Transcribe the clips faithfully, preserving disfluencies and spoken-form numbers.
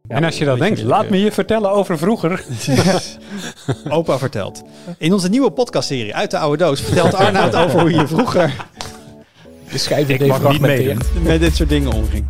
Ja, en als je dat denkt, laat me je vertellen over vroeger. Opa vertelt. In onze nieuwe podcastserie Uit de Oude Doos vertelt Arnoud over hoe je vroeger de schijf ik mag niet meedoen. met dit soort dingen omging.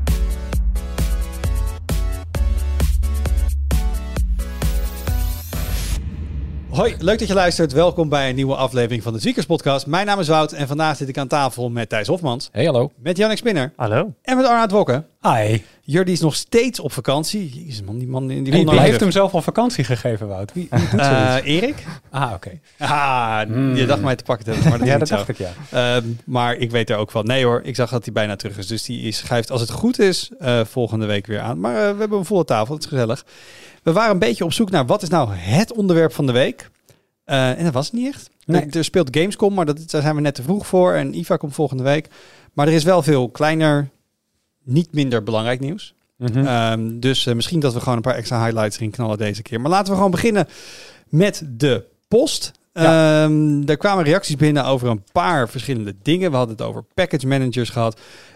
Hoi, leuk dat je luistert. Welkom bij een nieuwe aflevering van de Zwiekers Podcast. Mijn naam is Wout en vandaag zit ik aan tafel met Thijs Hofmans. Hey, hallo. Met Jannik Spinner. Hallo. En met Arnoud Wokke. Hi. Jordi is nog steeds op vakantie. Jezus man, die man... Die Wie man heeft hem zelf al vakantie gegeven, Wout? Wie, wie doet Uh, zoiets? Erik. Ah, oké. Ah, Hmm. je dacht mij te pakken te hebben, maar dat is Ja, niet dat zo. dacht ik, ja. Um, maar ik weet er ook van. Nee hoor, ik zag dat hij bijna terug is. Dus die is, schuift, als het goed is, uh, volgende week weer aan. Maar uh, we hebben een volle tafel, dat is gezellig. We waren een beetje op zoek naar wat is nou het onderwerp van de week. Uh, en dat was het niet echt. Nee. Er, er speelt Gamescom, maar dat, daar zijn we net te vroeg voor. En I V A komt volgende week. Maar er is wel veel kleiner, niet minder belangrijk nieuws. Mm-hmm. Um, dus uh, misschien dat we gewoon een paar extra highlights erin knallen deze keer. Maar laten we gewoon beginnen met de post. Ja. Um, er kwamen reacties binnen over een paar verschillende dingen. We hadden het over package managers gehad.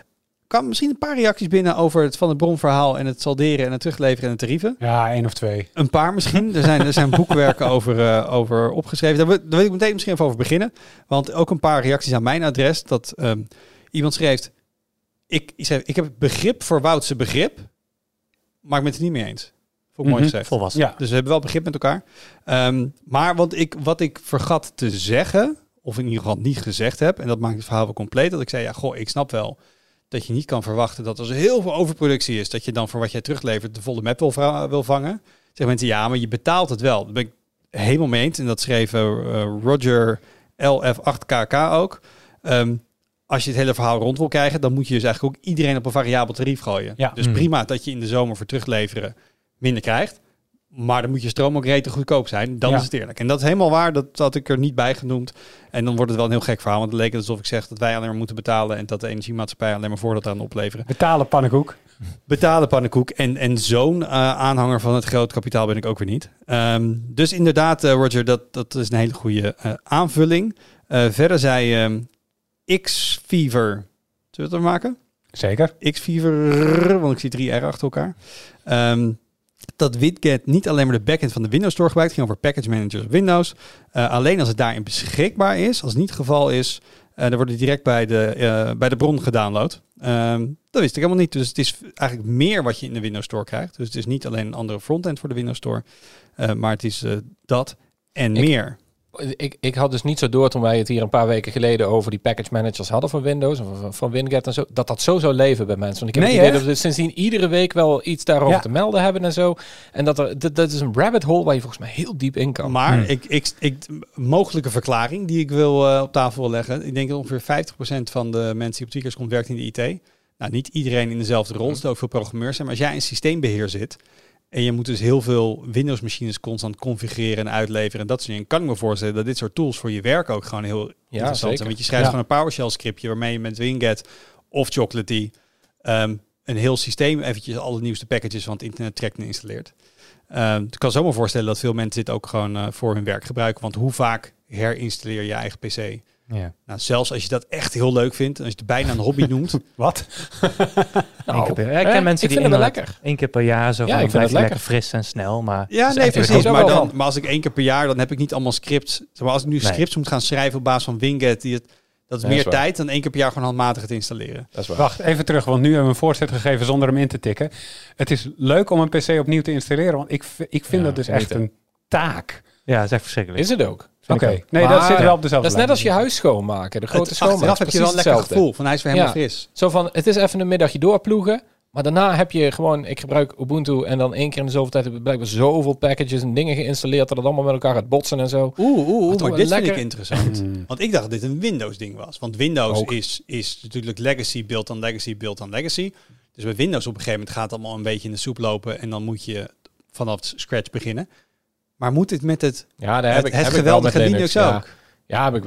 Er kwamen misschien een paar reacties binnen over het van het bronverhaal en het salderen en het terugleveren en het tarieven. Ja, één of twee. Een paar misschien. Er zijn, er zijn boekwerken over, uh, over opgeschreven. Daar wil, daar wil ik meteen misschien even over beginnen. Want ook een paar reacties aan mijn adres. Dat um, iemand schreef, ik, ik, schreef, ik heb begrip voor Woutse begrip, maar ik ben het er niet mee eens. Vond ik mooi Mm-hmm. gezegd. Volwassen. Ja. Dus we hebben wel begrip met elkaar. Um, maar want ik, wat ik vergat te zeggen, of in ieder geval niet gezegd heb, en dat maakt het verhaal wel compleet, dat ik zei, ja, goh, ik snap wel dat je niet kan verwachten dat als er heel veel overproductie is, dat je dan voor wat jij teruglevert de volle map wil, vra- wil vangen. Zeggen mensen, ja, maar je betaalt het wel. Daar ben ik helemaal mee eens. En dat schreef uh, Roger L F acht K K ook. Um, als je het hele verhaal rond wil krijgen, dan moet je dus eigenlijk ook iedereen op een variabel tarief gooien. Ja. Dus Mm. prima dat je in de zomer voor terugleveren minder krijgt. Maar dan moet je stroom ook rete goedkoop zijn. Dan Ja. is het eerlijk. En dat is helemaal waar. Dat had ik er niet bij genoemd. En dan wordt het wel een heel gek verhaal. Want het leek alsof ik zeg dat wij alleen maar moeten betalen. En dat de energiemaatschappij alleen maar voordeel aan opleveren. Betalen pannenkoek. Betalen pannenkoek. En, en zo'n uh, aanhanger van het groot kapitaal ben ik ook weer niet. Um, dus inderdaad, uh, Roger, dat, dat is een hele goede uh, aanvulling. Uh, verder zei um, X-Fever. Zullen we het er maken? Zeker. X-Fever, want ik zie drie R achter elkaar. Um, dat Widget niet alleen maar de backend van de Windows Store gebruikt. Het ging over package managers op Windows. Uh, alleen als het daarin beschikbaar is. Als het niet het geval is, uh, dan wordt het direct bij de, uh, bij de bron gedownload. Um, dat wist ik helemaal niet. Dus het is eigenlijk meer wat je in de Windows Store krijgt. Dus het is niet alleen een andere frontend voor de Windows Store. Uh, maar het is uh, dat en Ik- meer. Ik, ik had dus niet zo door toen wij het hier een paar weken geleden over die package managers hadden van Windows, of van, van Winget en zo, dat dat zo zou leven bij mensen. Want ik heb Nee, het idee hè? dat we sindsdien iedere week wel iets daarover Ja. te melden hebben en zo. En dat, er, dat, dat is een rabbit hole waar je volgens mij heel diep in kan. Maar Hmm. ik, ik, ik, mogelijke verklaring die ik wil uh, op tafel wil leggen. Ik denk dat ongeveer vijftig procent van de mensen die op Tweakers komt werkt in de I T. Nou, niet iedereen in dezelfde rol. Er zullen ook veel programmeurs zijn. Maar als jij in systeembeheer zit en je moet dus heel veel Windows-machines constant configureren en uitleveren en dat soort dingen, kan ik me voorstellen dat dit soort tools voor je werk ook gewoon heel interessant zeker. zijn. Want je schrijft Ja. gewoon een PowerShell-scriptje waarmee je met Winget of Chocolatey um, een heel systeem eventjes alle nieuwste packages van het internet trekt en installeert. Um, ik kan zomaar voorstellen dat veel mensen dit ook gewoon uh, voor hun werk gebruiken. Want hoe vaak herinstalleer je eigen P C? Ja. Nou, zelfs als je dat echt heel leuk vindt, en als je het bijna een hobby noemt. Wat? Eén keer per, ja, ik hè? ken mensen ik die vind het wel inderdaad lekker. één keer per jaar zo Ja, van, ik dan vind blijft het lekker lekker. fris en snel. Maar Ja, is nee, echt precies. heel goed. Maar, Wel dan, van. maar als ik één keer per jaar, dan heb ik niet allemaal scripts. Zeg maar als ik nu Nee. scripts moet gaan schrijven op basis van Winget, die het, dat is Ja, meer is waar. tijd dan één keer per jaar gewoon handmatig te installeren. Dat is waar. Wacht, even terug, want nu hebben we een voorzet gegeven zonder hem in te tikken. Het is leuk om een P C opnieuw te installeren, want ik, v- ik vind Ja, dat dus geniet, echt hè. een taak. ja, dat is echt verschrikkelijk. Is het ook. Oké, ik ook. nee, Maar dat zit wel op dezelfde Dat is net als je lijn. huis schoonmaken. De grote Het, schoonmaak. achteraf heb je wel een lekker gevoel van hij is weer helemaal Ja. fris. Zo van, het is even een middagje doorploegen. Maar daarna heb je gewoon, ik gebruik Ubuntu en dan één keer in de zoveel tijd heb ik blijkbaar zoveel packages en dingen geïnstalleerd dat het allemaal met elkaar gaat botsen en zo. Oeh, oeh, oeh, Wat maar wel dit lekker. vind ik interessant. Hmm. Want ik dacht dat dit een Windows ding was. Want Windows Ook. is, is natuurlijk legacy, build on legacy, build on legacy. Dus bij Windows op een gegeven moment gaat het allemaal een beetje in de soep lopen en dan moet je vanaf scratch beginnen. Maar moet dit met het, Ja, daar het, heb ik, het heb ik wel met geweldige Linux, Ja. ook? Ja, heb ik wel.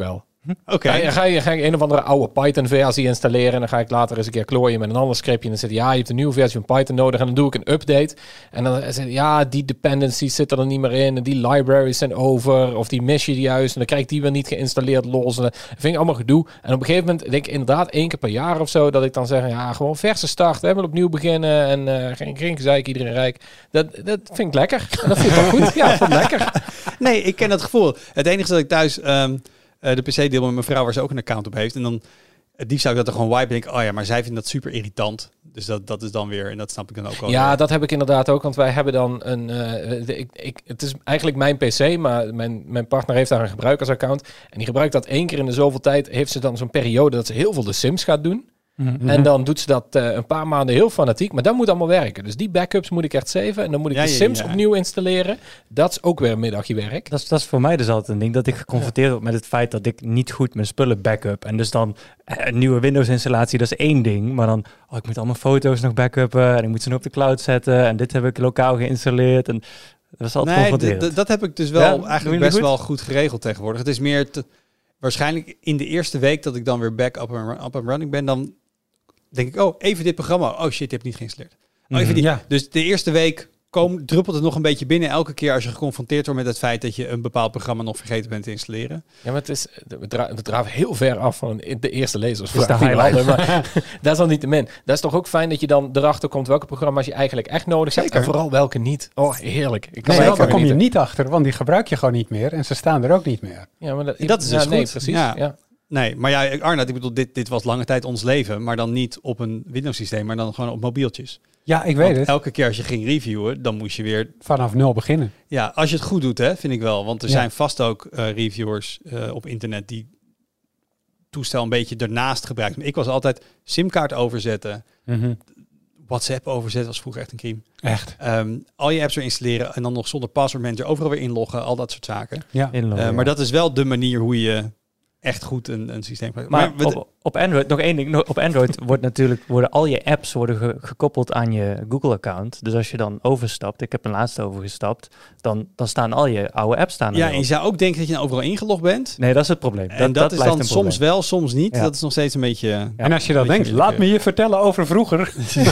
Oké. Ja, dan ga je, ga je een of andere oude Python-versie installeren en dan ga ik later eens een keer klooien met een ander scriptje en dan zit ja, je hebt een nieuwe versie van Python nodig en dan doe ik een update en dan zeg ja, die dependencies zitten er niet meer in en die libraries zijn over of die mis je juist en dan krijg ik die weer niet geïnstalleerd los en dat vind ik allemaal gedoe. En op een gegeven moment denk ik inderdaad één keer per jaar of zo dat ik dan zeg ja, gewoon verse start, hè, maar opnieuw beginnen en uh, geen, geen gezeik, iedereen rijk. Dat, dat vind ik lekker. En dat vind ik wel goed. Ja, ik vond het lekker. Nee, ik ken dat gevoel. Het enige is dat ik thuis um, uh, de P C deel met mijn vrouw waar ze ook een account op heeft. En dan het liefst zou ik dat er gewoon wipe. Denk oh ja, maar zij vindt dat super irritant. Dus dat, dat is dan weer, en dat snap ik dan ook wel. Ja, weer. dat heb ik inderdaad ook. Want wij hebben dan een... Uh, de, ik, ik, het is eigenlijk mijn P C, maar mijn, mijn partner heeft daar een gebruikersaccount. En die gebruikt dat één keer in de zoveel tijd. Heeft ze dan zo'n periode dat ze heel veel de Sims gaat doen. Mm-hmm. En dan doet ze dat uh, een paar maanden heel fanatiek. Maar dat moet allemaal werken. Dus die backups moet ik echt saven. En dan moet ik ja, de ja, Sims ja. opnieuw installeren. Dat is ook weer een middagje werk. Dat is, dat is voor mij dus altijd een ding. Dat ik geconfronteerd word met het feit dat ik niet goed mijn spullen backup. En dus dan een nieuwe Windows installatie, dat is één ding. Maar dan, oh, ik moet al mijn foto's nog backuppen. En ik moet ze nog op de cloud zetten. En dit heb ik lokaal geïnstalleerd. En dat was altijd nee, confronterend. d- dat heb ik dus wel Ja, eigenlijk best goed? wel goed geregeld tegenwoordig. Het is meer te, waarschijnlijk in de eerste week dat ik dan weer back up and, up and running ben, dan denk ik, oh, even dit programma. Oh shit, je hebt niet geïnstalleerd. Oh, even die. Ja. Dus de eerste week kom, druppelt het nog een beetje binnen. Elke keer als je geconfronteerd wordt met het feit dat je een bepaald programma nog vergeten bent te installeren. Ja, maar het is, we, dra- we draven heel ver af van de eerste lezers. Dat is de highlight. Maar dat is dan niet te min. Dat is toch ook fijn dat je dan erachter komt welke programma's je eigenlijk echt nodig hebt. En vooral welke niet. Oh, heerlijk. Ik kan Nee, zelf daar kom je genieten. niet achter, want die gebruik je gewoon niet meer. En ze staan er ook niet meer. Ja, maar dat, Dat is dus ja, nee, goed. precies. Ja. Ja. Nee, maar ja, Arnoud, ik bedoel, dit, dit was lange tijd ons leven, maar dan niet op een Windows systeem, maar dan gewoon op mobieltjes. Ja, ik weet Want het. elke keer als je ging reviewen, dan moest je weer... Vanaf nul beginnen. Ja, als je het goed doet, hè, vind ik wel. Want er Ja. zijn vast ook uh, reviewers uh, op internet die toestel een beetje ernaast gebruiken. Maar ik was altijd simkaart overzetten, Mm-hmm. WhatsApp overzetten, was vroeger echt een crime. Echt. Um, al je apps weer installeren en dan nog zonder password manager overal weer inloggen, al dat soort zaken. Ja. Inloggen, Uh, ja. maar dat is wel de manier hoe je echt goed een, een systeem gebruikt. Maar, Maar we- op, op Android, nog één ding. Nog- Op Android wordt natuurlijk, worden al je apps worden ge- gekoppeld aan je Google-account. Dus als je dan overstapt, ik heb een laatste overgestapt, dan, dan staan al je oude apps staan er ja, wel en je op. zou ook denken dat je nou overal ingelogd bent. Nee, dat is het probleem. En dat, is blijft dan een soms probleem. wel, soms niet. Ja. Dat is nog steeds een beetje... Ja. En als je dat Beetje denkt, moeilijk, laat me je vertellen over vroeger.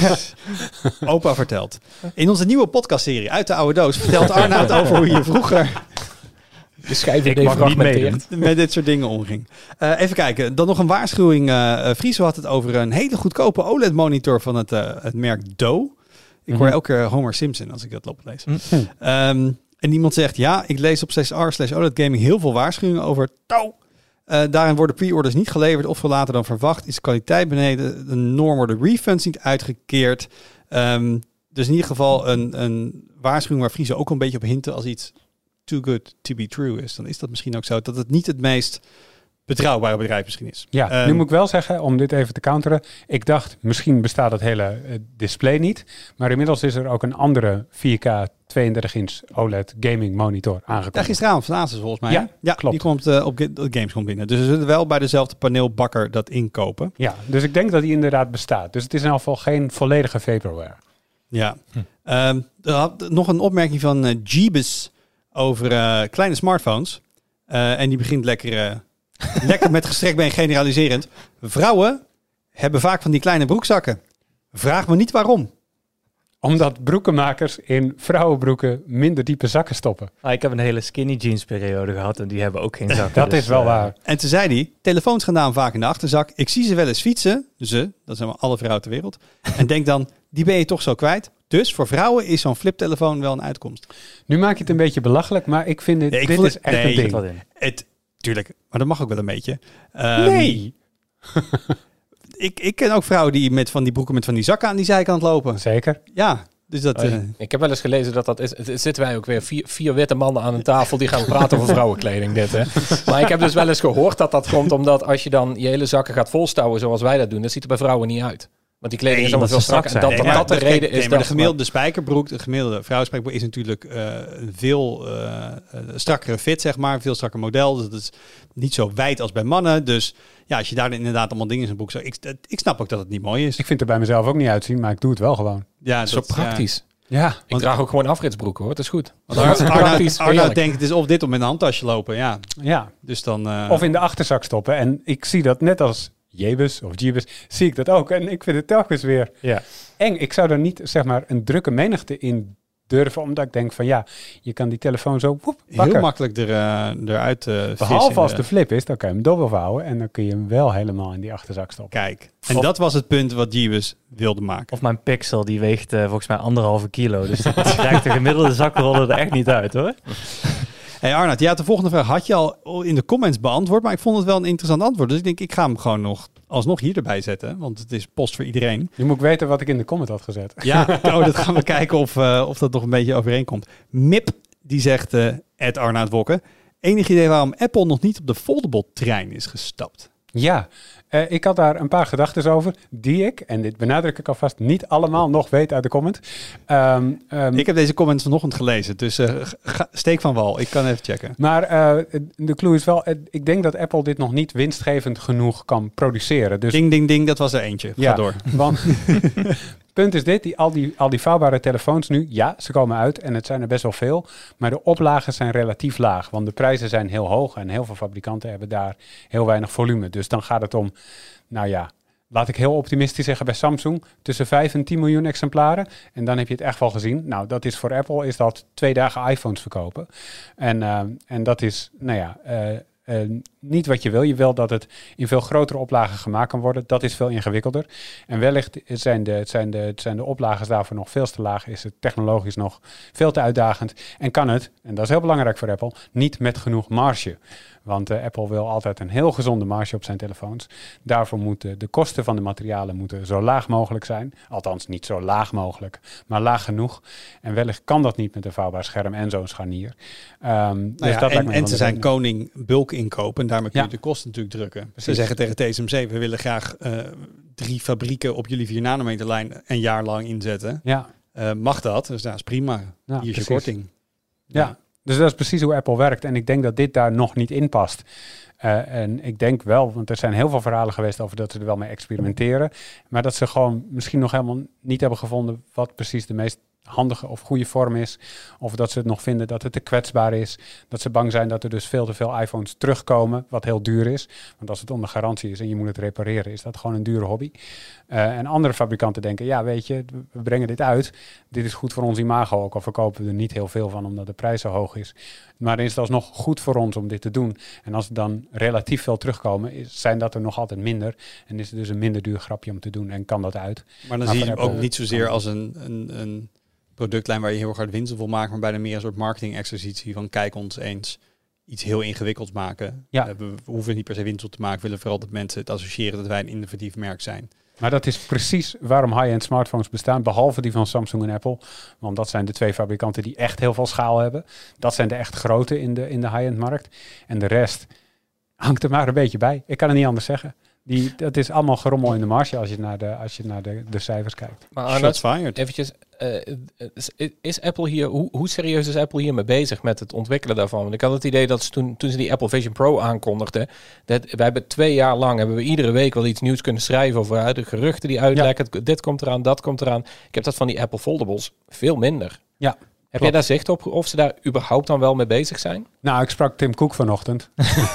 Opa vertelt. In onze nieuwe podcastserie Uit de Oude Doos vertelt Arnoud over hoe je vroeger De schijf Ik je mag niet defragmenteert. met dit soort dingen omging. Uh, even kijken, dan nog een waarschuwing. Uh, Friso had het over een hele goedkope O L E D-monitor van het, uh, het merk Doe. Ik hoor Mhm. elke keer Homer Simpson als ik dat loop lees. Hm. Um, en iemand zegt, ja, ik lees op slash r slash O L E D Gaming heel veel waarschuwingen over Doe. Uh, daarin worden pre-orders niet geleverd of veel later dan verwacht. Is de kwaliteit beneden de norm, worden refunds niet uitgekeerd. Um, dus in ieder geval een, een waarschuwing waar Friso ook een beetje op hinten als iets too good to be true is. Dan is dat misschien ook zo dat het niet het meest betrouwbare bedrijf misschien is. Ja, Um, nu moet ik wel zeggen, om dit even te counteren. Ik dacht, misschien bestaat het hele uh, display niet. Maar inmiddels is er ook een andere vier K tweeëndertig inch O L E D gaming monitor Ja, aangekondigd. gisteravond van Asus volgens mij. Ja, hè? ja klopt. Die komt uh, op Ga- Gamescom binnen. Dus we zullen wel bij dezelfde paneelbakker dat inkopen. Ja, dus ik denk dat die inderdaad bestaat. Dus het is in elk geval geen volledige vaporware. Ja. Hm. Um, er had nog een opmerking van uh, Jeebus over uh, kleine smartphones. Uh, en die begint lekker, uh, lekker met gestrekt been generaliserend. Vrouwen hebben vaak van die kleine broekzakken. Vraag me niet waarom. Omdat broekenmakers in vrouwenbroeken minder diepe zakken stoppen. Ah, ik heb een hele skinny jeans periode gehad en die hebben ook geen zak. Dat dus, is wel uh, waar. En toen zei hij, telefoons gaan daarom vaak in de achterzak. Ik zie ze wel eens fietsen. Ze, dat zijn maar alle vrouwen ter wereld. En denk dan, die ben je toch zo kwijt. Dus voor vrouwen is zo'n fliptelefoon wel een uitkomst. Nu maak je het een beetje belachelijk, maar ik vind dit, Nee, ik dit vond is het- echt nee, een ik ding. wat in. Het, tuurlijk, maar dat mag ook wel een beetje. Um, Nee, Ik, ik ken ook vrouwen die met van die broeken met van die zakken aan die zijkant lopen. zeker. Ja, dus dat... Oh, eh, ik heb wel eens gelezen dat dat is. Het, het zitten wij ook weer vier, vier witte mannen aan een tafel die gaan praten over vrouwenkleding. Dit, hè. Maar ik heb dus wel eens gehoord dat dat komt omdat als je dan je hele zakken gaat volstouwen zoals wij dat doen, dat ziet er bij vrouwen niet uit. Want die kleding Nee, is allemaal veel omdat ze strakker. En strak dat, zijn. dat, nee, dat maar de reden kijk, is nee, maar dat... de gemiddelde spijkerbroek, de gemiddelde vrouwenspijkerbroek is natuurlijk uh, een veel uh, uh, strakkere fit, zeg maar. Een veel strakker model. Dus dat is niet zo wijd als bij mannen. Dus ja, als je daar inderdaad allemaal dingen in zijn broek zou... Ik, ik snap ook dat het niet mooi is. Ik vind het er bij mezelf ook niet uitzien, maar ik doe het wel gewoon. Ja, zo dat, praktisch. Ja, Ja, Ik Want- draag ook gewoon afritsbroeken, hoor. Het is goed. Want Ar- Arnoud, Praktisch, Arnoud heerlijk. denkt, het is of dit of met een handtasje lopen. Ja, ja. dus dan... eh, Of in de achterzak stoppen. En ik zie dat net als Jebus of Jeebus, zie ik dat ook. En ik vind het telkens weer Ja. eng. Ik zou er niet, zeg maar, een drukke menigte in durven. Omdat ik denk van ja, je kan die telefoon zo woep, pakken. heel makkelijk er, uh, eruit uh, vissen. Behalve als uh, de flip is, dan kan je hem dubbel vouwen. En dan kun je hem wel helemaal in die achterzak stoppen. Kijk, en Of- dat was het punt wat Jeebus wilde maken. Of mijn Pixel, die weegt uh, volgens mij anderhalve kilo. Dus dat krijgt de gemiddelde zakroller er echt niet uit, hoor. Hey Arnoud, ja, de volgende vraag had je al in de comments beantwoord, maar ik vond het wel een interessant antwoord. Dus ik denk, ik ga hem gewoon nog alsnog hier erbij zetten, want het is post voor iedereen. Je moet weten wat ik in de comment had gezet. Ja, oh, dat gaan we kijken of, uh, of dat nog een beetje overeenkomt. Mip, die zegt, uh, Ed Arnoud Wokke, enig idee waarom Apple nog niet op de foldable trein is gestapt? Ja, uh, ik had daar een paar gedachten over, die ik, en dit benadruk ik alvast, niet allemaal nog weet uit de comment. Um, um, Ik heb deze comments vanochtend gelezen, dus uh, ga, steek van wal. Ik kan even checken. Maar uh, de clue is wel, uh, ik denk dat Apple dit nog niet winstgevend genoeg kan produceren. Dus, Ding, ding, ding, dat was er eentje. Ga ja, door. Want punt is dit, die, al, die, al die vouwbare telefoons nu, ja, ze komen uit en het zijn er best wel veel. Maar de oplagen zijn relatief laag, want de prijzen zijn heel hoog en heel veel fabrikanten hebben daar heel weinig volume. Dus dan gaat het om, nou ja, laat ik heel optimistisch zeggen bij Samsung, tussen vijf en tien miljoen exemplaren. En dan heb je het echt wel gezien. Nou, dat is voor Apple, is dat twee dagen iPhones verkopen. En, uh, en dat is, nou ja, uh, uh, niet wat je wil. Je wil dat het in veel grotere oplagen gemaakt kan worden. Dat is veel ingewikkelder. En wellicht zijn de, zijn de, zijn de oplages daarvoor nog veel te laag. Is het technologisch nog veel te uitdagend. En kan het, en dat is heel belangrijk voor Apple, niet met genoeg marge. Want uh, Apple wil altijd een heel gezonde marge op zijn telefoons. Daarvoor moeten de kosten van de materialen moeten zo laag mogelijk zijn. Althans, niet zo laag mogelijk, maar laag genoeg. En wellicht kan dat niet met een vouwbaar scherm en zo'n scharnier. Um, Nou dus ja, dat en me en ze zijn redenen. koning bulk inkoop en daarmee kun je Ja. de kosten natuurlijk drukken. Precies. Ze zeggen tegen T S M C, we willen graag uh, drie fabrieken op jullie vier nanometer lijn een jaar lang inzetten. Ja, Uh, mag dat? Dus dat is prima. Ja, Hier is je precies. korting. ja. Dus dat is precies hoe Apple werkt. En ik denk dat dit daar nog niet in past. Uh, en ik denk wel, want er zijn heel veel verhalen geweest over dat ze er wel mee experimenteren. Maar dat ze gewoon misschien nog helemaal niet hebben gevonden wat precies de meest handige of goede vorm is. Of dat ze het nog vinden dat het te kwetsbaar is. Dat ze bang zijn dat er dus veel te veel iPhones terugkomen, wat heel duur is. Want als het onder garantie is en je moet het repareren, is dat gewoon een dure hobby. Uh, en andere fabrikanten denken, ja weet je, we brengen dit uit. Dit is goed voor ons imago, ook al verkopen we er niet heel veel van, omdat de prijs zo hoog is. Maar is het alsnog goed voor ons om dit te doen. En als er dan relatief veel terugkomen, is, zijn dat er nog altijd minder. En is het dus een minder duur grapje om te doen en kan dat uit. Maar dan Maar zie je voor hem ook Apple niet zozeer kan- als een, een, een productlijn waar je heel erg hard winst op wil maken, maar bijna meer een soort marketing-exercitie van kijk ons eens iets heel ingewikkelds maken. Ja. Uh, we, we hoeven niet per se winst op te maken, we willen vooral dat mensen het associëren dat wij een innovatief merk zijn. Maar dat is precies waarom high-end smartphones bestaan, behalve die van Samsung en Apple. Want dat zijn de twee fabrikanten die echt heel veel schaal hebben. Dat zijn de echt grote in de, in de high-end markt. En de rest hangt er maar een beetje bij. Ik kan het niet anders zeggen. Die, dat is allemaal gerommel in de marge als je naar de, als je naar de, de cijfers kijkt. Maar Shots Arnoud, fired. eventjes, uh, is, is Apple hier, hoe, hoe serieus is Apple hiermee bezig met het ontwikkelen daarvan? Want ik had het idee dat ze toen, toen ze die Apple Vision Pro aankondigden, dat wij hebben twee jaar lang, hebben we iedere week wel iets nieuws kunnen schrijven over uh, de geruchten die uitlekken. Ja. Dit komt eraan, dat komt eraan. Ik heb dat van die Apple Foldables veel minder. Ja. Heb jij daar zicht op of ze daar überhaupt dan wel mee bezig zijn? Nou, ik sprak Tim Cook vanochtend.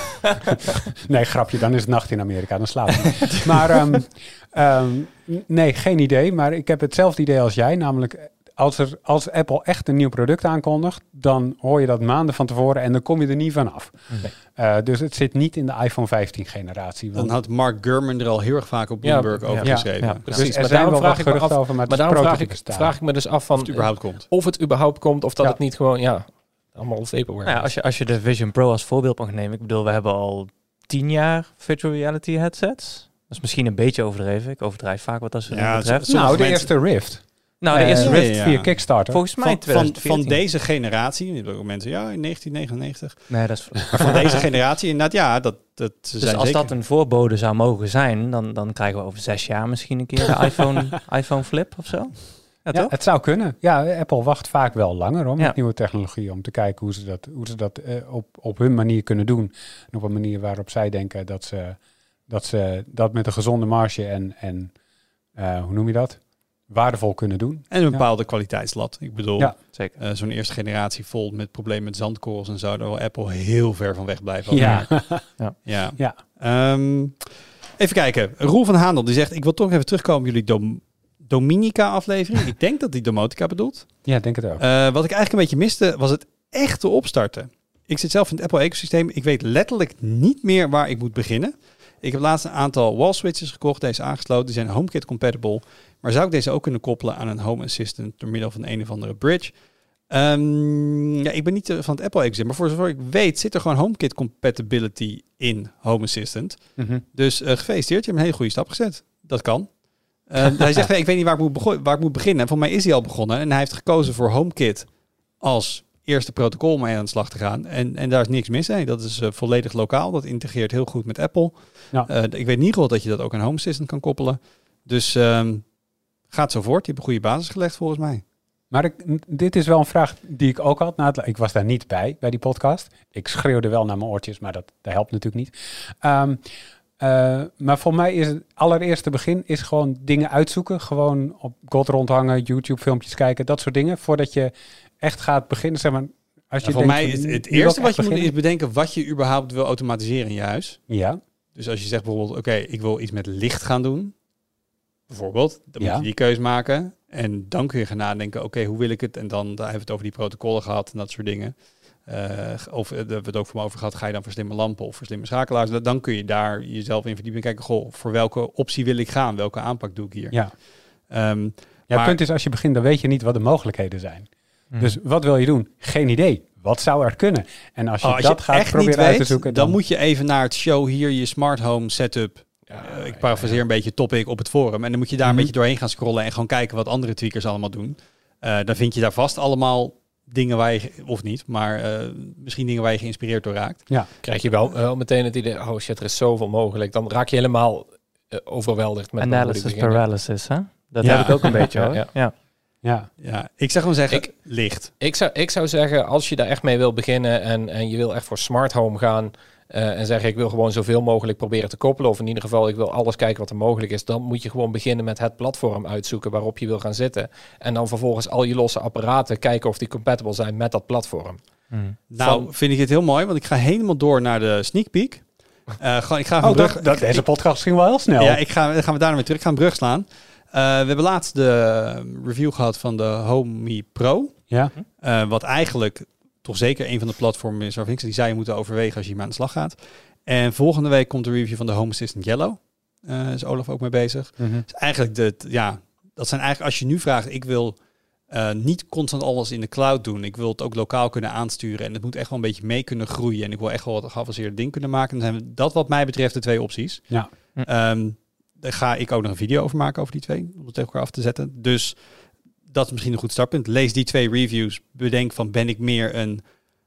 Nee, grapje, dan is het nacht in Amerika, dan slaap ik. Maar um, um, nee, geen idee. Maar ik heb hetzelfde idee als jij, namelijk als, er, als Apple echt een nieuw product aankondigt, dan hoor je dat maanden van tevoren en dan kom je er niet vanaf. Nee. Uh, dus het zit niet in de iPhone vijftien generatie. Dan had Mark Gurman er al heel erg vaak op Ja, Bloomberg over ja, geschreven. ja, Ja. precies. Dus er Maar zijn daarom wel vraag wat ik me geruchten af- over, maar, Maar het daarom is vraag ik, prototype vraag ik me dus af van Of het überhaupt komt. of het überhaupt komt of dat Ja. het niet gewoon, ja, allemaal vaporware Nou ja, als, je, als je de Vision Pro als voorbeeld mag nemen. Ik bedoel, we hebben al tien jaar virtual reality headsets. Dat is misschien een beetje overdreven. Ik overdrijf vaak wat dat ze Ja, betreft. sommige Nou, de mensen- eerste Rift. Nou, de Uh, eerste ja, Rift ja. via Kickstarter. volgens mij Van, van, twintig van veertien. deze generatie, je hebt ook mensen, ja, in negentien negenennegentig. Nee, dat is... Maar van deze generatie, inderdaad, ja, dat, dat ze Dus zijn als zeker. dat een voorbode zou mogen zijn, dan, dan krijgen we over zes jaar misschien een keer de iPhone, iPhone Flip of zo. Ja, Ja, toch? het zou kunnen. Ja, Apple wacht vaak wel langer om Ja. met nieuwe technologie om te kijken hoe ze dat, hoe ze dat uh, op, op hun manier kunnen doen. En op een manier waarop zij denken dat ze dat, ze dat met een gezonde marge en, en uh, hoe noem je dat? waardevol kunnen doen. En een bepaalde ja. kwaliteitslat. Ik bedoel, ja, zeker. Uh, zo'n eerste generatie vol met problemen met zandkorrels en zo, daar wil Apple heel ver van weg blijven. Ja. ja. ja. ja. Um, even kijken. Roel van Haandel die zegt, ik wil toch even terugkomen op jullie dom- Dominica-aflevering. Ik denk dat die Domotica bedoelt. Ja, denk het ook. Uh, wat ik eigenlijk een beetje miste, was het echte opstarten. Ik zit zelf in het Apple-ecosysteem. Ik weet letterlijk niet meer waar ik moet beginnen. Ik heb laatst een aantal wall switches gekocht, deze aangesloten. Die zijn HomeKit compatible. Maar zou ik deze ook kunnen koppelen aan een Home Assistant door middel van een of andere bridge? Um, ja, ik ben niet van het Apple-ecosysteem, maar voor zover ik weet zit er gewoon HomeKit compatibility in Home Assistant. Mm-hmm. Dus uh, gefeliciteerd, je hebt een hele goede stap gezet. Dat kan. Uh, hij zegt, ik weet niet waar ik, moet bego- waar ik moet beginnen. Voor mij is hij al begonnen en hij heeft gekozen voor HomeKit als eerste protocol om mee aan de slag te gaan. En, en daar is niks mis mee. Dat is uh, volledig lokaal. Dat integreert heel goed met Apple. Ja. Uh, ik weet niet goed dat je dat ook aan Home Assistant kan koppelen. Dus um, gaat zo voort. Je hebt een goede basis gelegd volgens mij. Maar ik, dit is wel een vraag die ik ook had. Nou, ik was daar niet bij, bij die podcast. Ik schreeuwde wel naar mijn oortjes, maar dat, dat helpt natuurlijk niet. Um, uh, maar voor mij is het allereerste begin is gewoon dingen uitzoeken. Gewoon op God rondhangen, YouTube filmpjes kijken, dat soort dingen. Voordat je echt gaat beginnen. Zeg maar, als je nou, voor denkt, mij is het, het eerste wat je beginnen? moet is bedenken wat je überhaupt wil automatiseren in je huis. Ja. Dus als je zegt bijvoorbeeld, oké, okay, ik wil iets met licht gaan doen. Bijvoorbeeld, dan ja. moet je die keuze maken. En dan kun je gaan nadenken, oké, okay, hoe wil ik het? En dan daar hebben we het over die protocollen gehad en dat soort dingen. Uh, of daar hebben we het ook voor me over gehad, ga je dan voor slimme lampen of voor slimme schakelaars? Dan kun je daar jezelf in verdiepen en kijken, goh, voor welke optie wil ik gaan? Welke aanpak doe ik hier? Ja, um, ja het punt is, als je begint, dan weet je niet wat de mogelijkheden zijn. Hmm. Dus wat wil je doen? Geen idee. Wat zou er kunnen? En als je, oh, als dat je gaat proberen uit te zoeken... Dan, dan moet je even naar het show hier, je smart home setup. Ja, uh, ik parafraseer ja, ja. een beetje topic op het forum. En dan moet je daar mm-hmm. een beetje doorheen gaan scrollen en gewoon kijken wat andere tweakers allemaal doen. Uh, dan vind je daar vast allemaal dingen waar je, of niet, maar uh, misschien dingen waar je geïnspireerd door raakt. Ja, krijg je wel uh, meteen het idee, oh shit, er is zoveel mogelijk. Dan raak je helemaal uh, overweldigd met... Analysis paralysis, hè? Dat ja. heb ik ook een beetje, hoor. Ja. ja. Ja. ja, ik zou gewoon zeggen, ik, licht. Ik zou, ik zou zeggen, als je daar echt mee wil beginnen en, en je wil echt voor smart home gaan uh, en zeggen, ik wil gewoon zoveel mogelijk proberen te koppelen, of in ieder geval, ik wil alles kijken wat er mogelijk is, dan moet je gewoon beginnen met het platform uitzoeken waarop je wil gaan zitten. En dan vervolgens al je losse apparaten kijken of die compatible zijn met dat platform. Hmm. Nou, Van, vind ik het heel mooi, want ik ga helemaal door naar de sneak peek. Uh, gewoon, ik ga oh, brug, dat, dat, deze podcast ging wel heel snel. Ja, ik ga, dan gaan we daar weer terug. Ik ga een brug slaan. Uh, we hebben laatst de review gehad van de Homey Pro. Ja. Uh, wat eigenlijk toch zeker een van de platformen is waarvan ik die zou je moeten overwegen als je hiermee aan de slag gaat. En volgende week komt de review van de Home Assistant Yellow. Uh, daar is Olaf ook mee bezig. Mm-hmm. Dus eigenlijk, de, ja, dat zijn eigenlijk, als je nu vraagt, ik wil uh, niet constant alles in de cloud doen. Ik wil het ook lokaal kunnen aansturen. En het moet echt wel een beetje mee kunnen groeien. En ik wil echt wel wat geavanceerde ding kunnen maken. Dan zijn dat wat mij betreft de twee opties. Ja. Um, Daar ga ik ook nog een video over maken over die twee, om het tegen elkaar af te zetten. Dus dat is misschien een goed startpunt. Lees die twee reviews. Bedenk van, ben ik meer een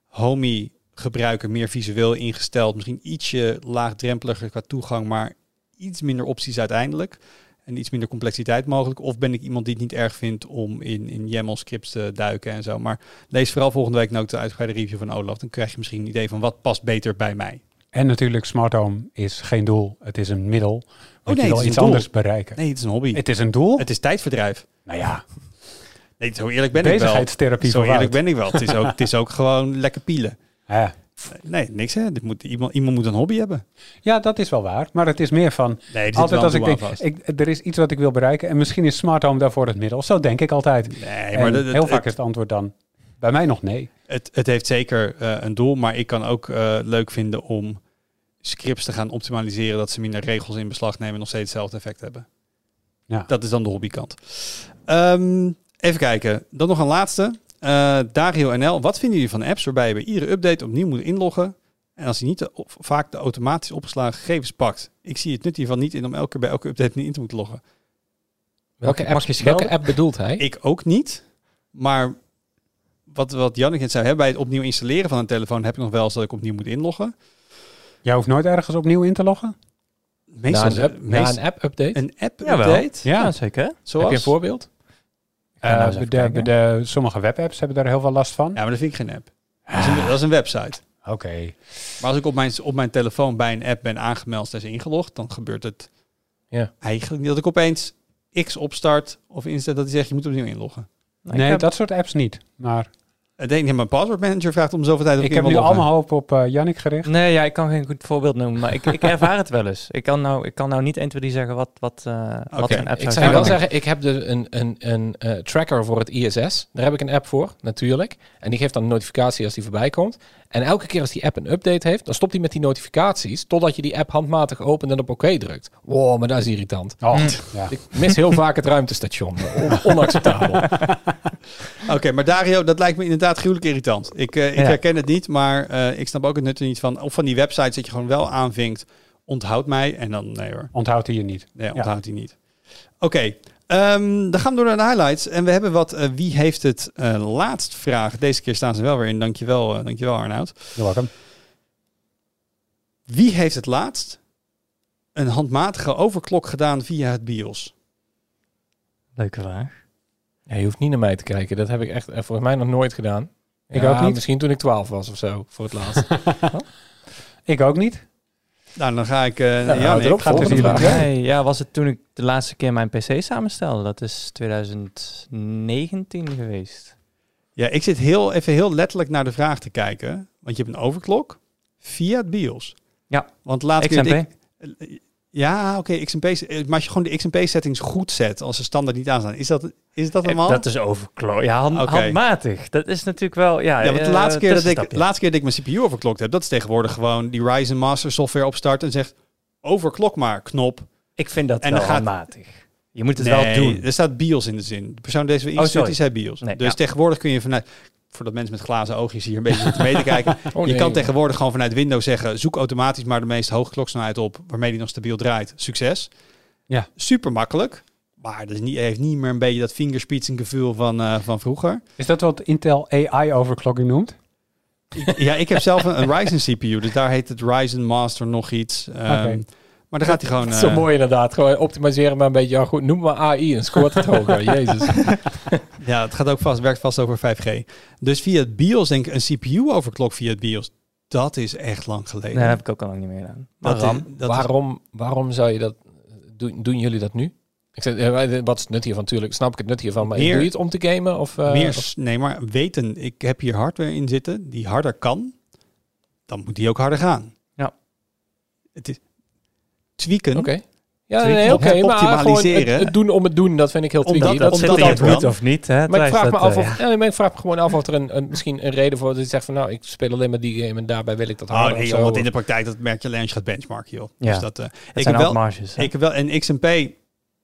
Homey gebruiker, meer visueel ingesteld, misschien ietsje laagdrempeliger qua toegang, maar iets minder opties uiteindelijk en iets minder complexiteit mogelijk. Of ben ik iemand die het niet erg vindt om in, in YAML scripts te duiken en zo. Maar lees vooral volgende week ook de uitgebreide review van Olaf. Dan krijg je misschien een idee van wat past beter bij mij. En natuurlijk, smart home is geen doel. Het is een middel. Want oh nee, je wil iets anders bereiken. Nee, het is een hobby. Het is een doel? Het is tijdverdrijf. Nou ja. Nee, zo eerlijk ben ik wel. Bezigheidstherapie. Zo eerlijk ben ik wel. Het is ook, het is ook gewoon lekker pielen. Ja. Nee, niks hè. Dit moet, iemand, iemand moet een hobby hebben. Ja, dat is wel waar. Maar het is meer van... Nee, altijd als ik denk, ik, er is iets wat ik wil bereiken. En misschien is smart home daarvoor het middel. Zo denk ik altijd. Nee, maar dat, heel het, vaak is het antwoord dan... Bij mij nog nee. Het, het heeft zeker uh, een doel. Maar ik kan ook uh, leuk vinden om scripts te gaan optimaliseren, dat ze minder regels in beslag nemen en nog steeds hetzelfde effect hebben. Ja. Dat is dan de hobbykant. Um, even kijken. Dan nog een laatste. Uh, Dario N L. Wat vinden jullie van apps waarbij je bij iedere update opnieuw moet inloggen en als hij niet de, of, vaak de automatisch opgeslagen gegevens pakt? Ik zie het nut hiervan niet in om elke keer bij elke update niet in te moeten loggen. Welke, app, welke app bedoelt hij? Ik ook niet. Maar wat, wat Janneke net zei, hè, bij het opnieuw installeren van een telefoon heb ik nog wel eens dat ik opnieuw moet inloggen. Jij hoeft nooit ergens opnieuw in te loggen? Meestal na een, app, meest, na een app-update? Een app-update? Ja, ja, zeker. Zoals? Heb je een voorbeeld? Uh, nou de, de, de, sommige webapps hebben daar heel veel last van. Ja, maar dat vind ik geen app. Dat is een, dat is een website. Oké. Okay. Maar als ik op mijn, op mijn telefoon bij een app ben aangemeld en is ingelogd, dan gebeurt het ja. eigenlijk niet dat ik opeens X opstart of instelt dat hij zegt je moet opnieuw inloggen. Nou, nee, ik heb- dat soort apps niet. Maar Ik denk dat mijn password manager vraagt om zoveel tijd op ik keer heb wil nu loggen. allemaal hoop op uh, Yannick gericht. Nee, ja, ik kan geen goed voorbeeld noemen, maar ik, ik ervaar het wel eens. Ik kan nou, ik kan nou niet één, twee, drie zeggen wat, wat, uh, wat Oké. een app Ik zou zou je wel zijn. zeggen, ik heb dus een, een, een uh, tracker voor het I S S. Daar heb ik een app voor, natuurlijk. En die geeft dan een notificatie als die voorbij komt. En elke keer als die app een update heeft, dan stopt hij met die notificaties, totdat je die app handmatig opent en op oké drukt. Wow, maar dat is irritant. Oh, Mm. ja. Ik mis heel vaak het ruimtestation. On- onacceptabel. Oké, okay, maar Dario, dat lijkt me inderdaad gruwelijk irritant. Ik, uh, ik Ja. herken het niet, maar uh, ik snap ook het nut er niet van. Of van die websites dat je gewoon wel aanvinkt, onthoud mij. En dan, nee hoor, Onthoudt hij je niet. nee, onthoudt hij niet. Oké, okay, um, dan gaan we door naar de highlights. En we hebben wat, uh, wie heeft het uh, laatst vragen. Deze keer staan ze wel weer in. Dankjewel, uh, dankjewel Arnoud. You're welcome. Wie heeft het laatst een handmatige overklok gedaan via het BIOS? Leuke vraag. Ja, je hoeft niet naar mij te kijken. Dat heb ik echt uh, volgens mij nog nooit gedaan. Ik Ja, ook niet. Misschien toen ik twaalf was of zo, voor het laatst. Ik ook niet. Nou, dan ga ik... Uh, nou, ja, nee, erop, ik ga het volgende dus vraag. niet Nee, ja, was het toen ik de laatste keer mijn P C samenstelde? Dat is twintig negentien geweest. Ja, ik zit heel, even heel letterlijk naar de vraag te kijken. Want je hebt een overklok via het BIOS. Ja. Want laatst X M P. keer dat ik... Ja, oké, okay, X M P. Maar als je gewoon de X M P-settings goed zet, als ze standaard niet aanstaan, is dat, is dat normaal? Dat is overkloot. Ja, hand, Okay. handmatig. Dat is natuurlijk wel... Ja, Ja, want de uh, laatste, keer dat ik, tussenstapje. laatste keer dat ik mijn C P U overklokt heb, dat is tegenwoordig gewoon die Ryzen Master software opstarten en zegt overklok maar, knop. Ik vind dat En wel dan gaat- handmatig. Je moet het Nee, wel doen. er staat BIOS in de zin. De persoon deze we ingestuurd sorry. is zei BIOS. Nee, dus ja. tegenwoordig kun je vanuit... Voordat mensen met glazen oogjes hier een beetje zitten mee te kijken. Oh, Je nee. kan tegenwoordig gewoon vanuit Windows zeggen... zoek automatisch maar de meest hoge kloksnelheid op... waarmee die nog stabiel draait. Succes. Ja. Super makkelijk. Maar dat is niet, heeft niet meer een beetje dat fingerspitzengevoel van, uh, van vroeger. Is dat wat Intel A I-overclocking noemt? Ja, ik heb zelf een, een Ryzen C P U. Dus daar heet het Ryzen Master nog iets. Um, Oké. Maar dan gaat hij gewoon... Dat is zo uh, mooi inderdaad. Gewoon optimiseren maar een beetje. Ja, goed, noem maar A I en scoort het hoger. Jezus. Ja, het gaat ook vast, werkt vast over vijf G. Dus via het BIOS, denk ik, een C P U-overklok via het BIOS... Dat is echt lang geleden. Nee, dat heb ik ook al lang niet meer gedaan. Maar Dat, RAM. is, dat is- waarom, waarom zou je dat... Doen, doen jullie dat nu? Ik zeg, eh, wat is het nut hiervan? Tuurlijk snap ik het nut hiervan. Maar Meer- doe je het om te gamen? Of, uh, meer, of- s- nee, maar weten, ik heb hier hardware in zitten die harder kan, dan moet die ook harder gaan. Ja. Het is tweaken. Oké. Ja, Tweaken, nee, oké. op- maar gewoon optimaliseren. het, het doen om het doen, dat vind ik heel Omdat tricky. dat- Dat, Dat omdat zit dat, dat er kan. goed of niet, hè? maar ik Thijs, vraag me dat, af eh, of, ja. ja, maar ik vraag me gewoon af of er een, een, misschien een reden voor is dat je zegt van nou, ik speel alleen maar die game en daarbij wil ik dat Oh harder nee, of joh, zo. want in de praktijk dat merk je alleen als je gaat benchmarken, joh. Ja. Dus dat, uh, Het ik zijn heb ook wel, marges. hè. ik heb wel een X M P. Die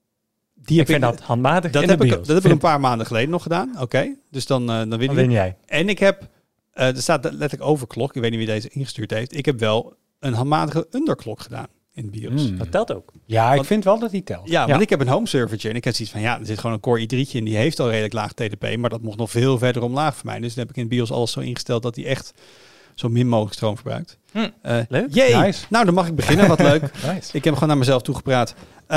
Ik heb vind dat handmatig dat in heb de ik, BIOS. dat heb ik een Vind- paar maanden geleden nog gedaan. Oké, dus dan, uh, dan win Dan je. win jij. En ik heb, uh, er staat letterlijk overklok. Ik weet niet wie deze ingestuurd heeft. Ik heb wel een handmatige underklok gedaan in BIOS. Hmm. Dat telt ook. Ja, ik Want- vind wel dat die telt. Ja, Ja. want ik heb een home servertje en ik heb zoiets van, ja, er zit gewoon een Core i drietje in, die heeft al redelijk laag T D P, maar dat mocht nog veel verder omlaag voor mij. Dus dan heb ik in BIOS alles zo ingesteld dat hij echt zo min mogelijk stroom verbruikt. Hm. Uh, Leuk. Yay! Nice. Nou, dan mag ik beginnen, wat leuk. Nice. Ik heb hem gewoon naar mezelf toegepraat.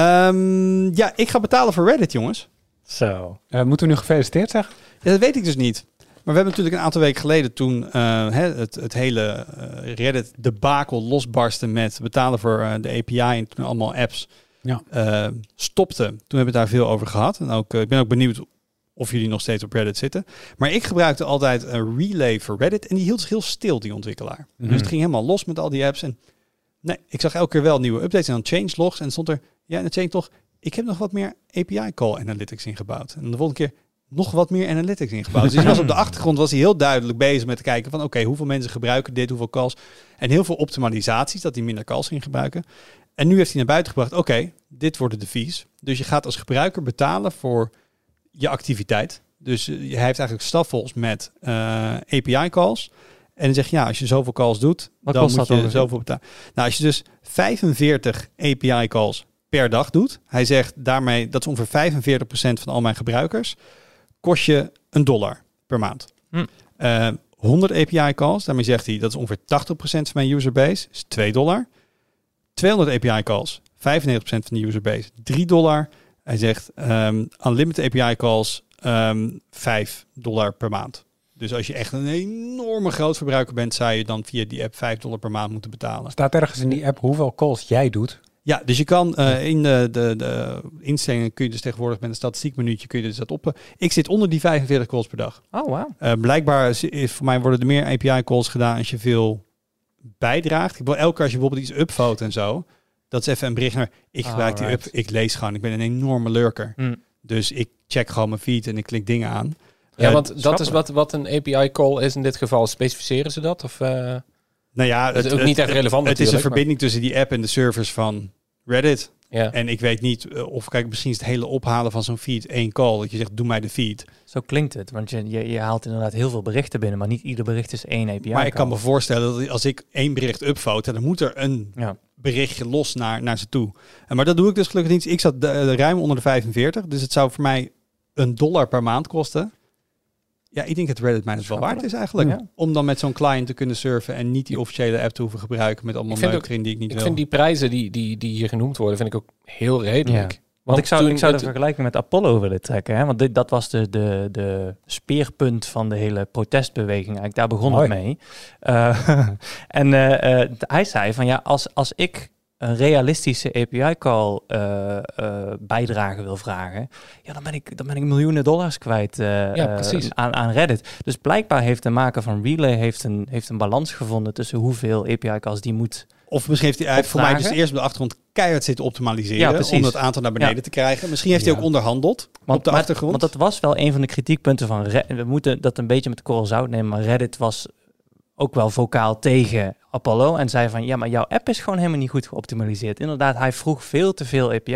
Um, ja, ik ga betalen voor Reddit, jongens. Zo. Uh, moeten we nu gefeliciteerd zeggen? Ja, dat weet ik dus niet. Maar we hebben natuurlijk een aantal weken geleden toen uh, hè, het, het hele uh, Reddit debakel losbarstte met betalen voor uh, de A P I en toen allemaal apps Ja. uh, stopte. Toen hebben we het daar veel over gehad. En ook, uh, ik ben ook benieuwd of jullie nog steeds op Reddit zitten. Maar ik gebruikte altijd een Relay voor Reddit en die hield zich heel stil, die ontwikkelaar. Mhm. Dus het ging helemaal los met al die apps. En nee, ik zag elke keer wel nieuwe updates en dan changelogs. En dan stond er, ja, in de changelog, ik heb nog wat meer A P I call analytics ingebouwd. En de volgende keer nog wat meer analytics ingebouwd. Dus hij was op de achtergrond was hij heel duidelijk bezig met te kijken van oké, okay, hoeveel mensen gebruiken dit, hoeveel calls. En heel veel optimalisaties, dat hij minder calls ging gebruiken. En nu heeft hij naar buiten gebracht, oké, okay, dit worden de fees. Dus je gaat als gebruiker betalen voor je activiteit. Dus uh, hij heeft eigenlijk stafvols met uh, A P I calls. En dan zeg je, ja, als je zoveel calls doet, Wat dan kost moet dat je ongeveer? zoveel betalen. Nou, als je dus vijfenveertig A P I calls per dag doet. Hij zegt daarmee, dat is ongeveer vijfenveertig procent van al mijn gebruikers. Kost je een dollar per maand. Hm. Uh, honderd A P I calls, daarmee zegt hij, dat is ongeveer tachtig procent van mijn userbase, is twee dollar. tweehonderd A P I calls, vijfennegentig procent van de userbase, drie dollar. Hij zegt, um, unlimited A P I calls, um, vijf dollar per maand. Dus als je echt een enorme groot verbruiker bent, zou je dan via die app vijf dollar per maand moeten betalen. Staat ergens in die app hoeveel calls jij doet? Ja, dus je kan uh, in de, de, de instellingen kun je dus tegenwoordig met een statistiekmenuutje kun je dus dat op. Ik zit onder die vijfenveertig calls per dag. Oh, wow. Uh, blijkbaar is, is, voor mij worden er meer A P I calls gedaan als je veel bijdraagt. Ik bedoel, elke keer als je bijvoorbeeld iets upvote en zo, dat is even een bericht naar, ik gebruik die up, ik lees gewoon. Ik ben een enorme lurker. Mm. Dus ik check gewoon mijn feed en ik klik dingen aan. Ja, uh, want dat is wat, wat een A P I call is in dit geval. Specificeren ze dat? Of, uh, nou ja, het is ook niet echt relevant. Het is een verbinding tussen die app en de servers van Reddit. Ja. En ik weet niet uh, of, kijk, misschien is het hele ophalen van zo'n feed één call. Dat je zegt, doe mij de feed. Zo klinkt het, want je, je, je haalt inderdaad heel veel berichten binnen, maar niet ieder bericht is één A P I. Maar ik kan me voorstellen dat als ik één bericht upvote, dan moet er een ja. berichtje los naar, naar ze toe. En maar dat doe ik dus gelukkig niet. Ik zat de, de, ruim onder de vijfenveertig, dus het zou voor mij een dollar per maand kosten. Ja, ik denk dat Reddit mij dus wel waard is eigenlijk. Ja. Om dan met zo'n client te kunnen surfen en niet die officiële app te hoeven gebruiken met allemaal meuk erin die ik niet ik wil. Ik vind die prijzen die, die, die hier genoemd worden, vind ik ook heel redelijk. Ja. Want ik zou, ik zou de vergelijking met Apollo willen trekken. Hè? Want dit, dat was de, de, de speerpunt van de hele protestbeweging. Eigenlijk. Daar begon Hoi. het mee. Uh, en uh, uh, hij zei van ja, als, als ik een realistische A P I-call uh, uh, bijdrage wil vragen, ja, dan ben ik, dan ben ik miljoenen dollars kwijt uh, ja, uh, aan, aan Reddit. Dus blijkbaar heeft de maker van Relay heeft een, heeft een balans gevonden tussen hoeveel A P I-calls die moet. Of misschien heeft hij voor mij dus eerst op de achtergrond keihard zitten optimaliseren ja, om dat aantal naar beneden ja. te krijgen. Misschien heeft hij ja. ook onderhandeld want, op de maar, achtergrond. Want dat was wel een van de kritiekpunten van Reddit. We moeten dat een beetje met de korrel zout nemen, maar Reddit was ook wel vocaal tegen Apollo en zei van ja, maar jouw app is gewoon helemaal niet goed geoptimaliseerd. Inderdaad, hij vroeg veel te veel A P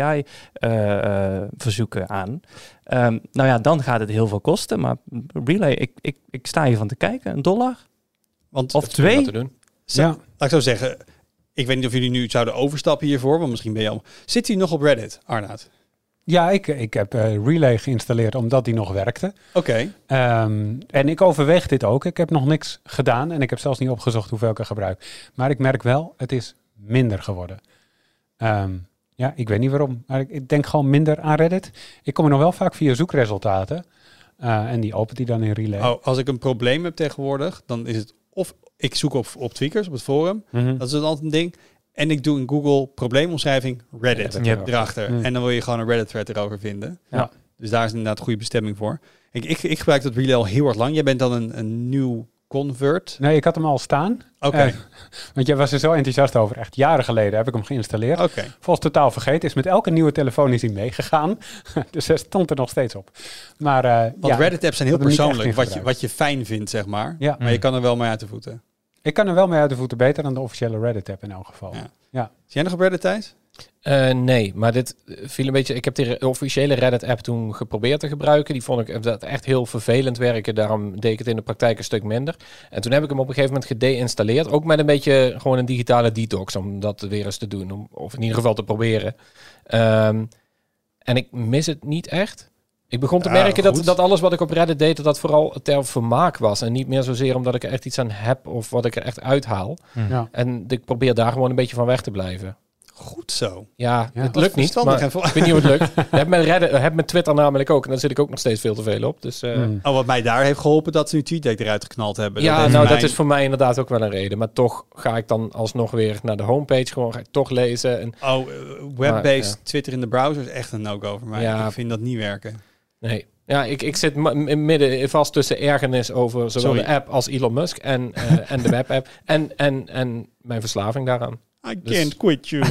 I-verzoeken uh, uh, aan. Um, nou ja, dan gaat het heel veel kosten, maar Relay, ik, ik, ik sta hiervan te kijken, een dollar Want of twee. Te doen. Zo, ja. Laat ik zo zeggen, ik weet niet of jullie nu zouden overstappen hiervoor, want misschien ben je al. Zit hij nog op Reddit, Arnaud? Ja, ik, ik heb uh, Relay geïnstalleerd omdat die nog werkte. Oké. Okay. Um, en ik overweeg dit ook. Ik heb nog niks gedaan en ik heb zelfs niet opgezocht hoeveel ik er gebruik. Maar ik merk wel, het is minder geworden. Um, ja, ik weet niet waarom. Maar ik, ik denk gewoon minder aan Reddit. Ik kom er nog wel vaak via zoekresultaten. Uh, en die opent die dan in Relay. Oh, als ik een probleem heb tegenwoordig, dan is het of ik zoek op, op Tweakers, op het forum. Mm-hmm. Dat is altijd een ding. En ik doe in Google probleemomschrijving Reddit ja, yep. erachter. Mm. En dan wil je gewoon een Reddit thread erover vinden. Ja. Dus daar is inderdaad goede bestemming voor. Ik, ik, ik gebruik dat Relay al heel erg lang. Jij bent dan een, een nieuw convert. Nee, ik had hem al staan. Oké. Okay. Uh, want jij was er zo enthousiast over. Echt jaren geleden heb ik hem geïnstalleerd. Oké. Okay. Volgens totaal vergeten. Is met elke nieuwe telefoon is hij meegegaan. Dus hij stond er nog steeds op. Maar, uh, Want ja, Reddit-apps zijn heel persoonlijk. Wat je, wat je fijn vindt, zeg maar. Ja. Maar je kan er wel mee uit de voeten. Ik kan er wel mee uit de voeten, beter dan de officiële Reddit-app in elk geval. Ja. Ja. Zie jij nog op Reddit, Thijs? Uh, nee, maar dit viel een beetje. Ik heb de officiële Reddit-app toen geprobeerd te gebruiken. Die vond ik dat echt heel vervelend werken. Daarom deed ik het in de praktijk een stuk minder. En toen heb ik hem op een gegeven moment gedeinstalleerd. Ook met een beetje gewoon een digitale detox om dat weer eens te doen. Om, of in ieder geval te proberen. Um, en ik mis het niet echt. Ik begon te merken ja, dat, dat alles wat ik op Reddit deed, dat dat vooral ter vermaak was. En niet meer zozeer omdat ik er echt iets aan heb of wat ik er echt uithaal. Ja. En ik probeer daar gewoon een beetje van weg te blijven. Goed zo. Ja, ja het lukt niet, maar ik weet niet hoe het lukt. Ik heb met, Reddit, heb met Twitter namelijk ook. En daar zit ik ook nog steeds veel te veel op. Dus, uh... mm. Oh, wat mij daar heeft geholpen, dat ze nu TweetDeck eruit geknald hebben. Ja, dat nou mij... dat is voor mij inderdaad ook wel een reden. Maar toch ga ik dan alsnog weer naar de homepage. Gewoon ga ik toch lezen. En... Oh, uh, web-based ja. Twitter in de browser is echt een no-go voor mij. Ja. Ik vind dat niet werken. Nee. Ja, ik, ik zit m- midden vast tussen ergernis over zowel Sorry. de app als Elon Musk en, uh, en de webapp. En, en, en mijn verslaving daaraan. I dus... can't quit you.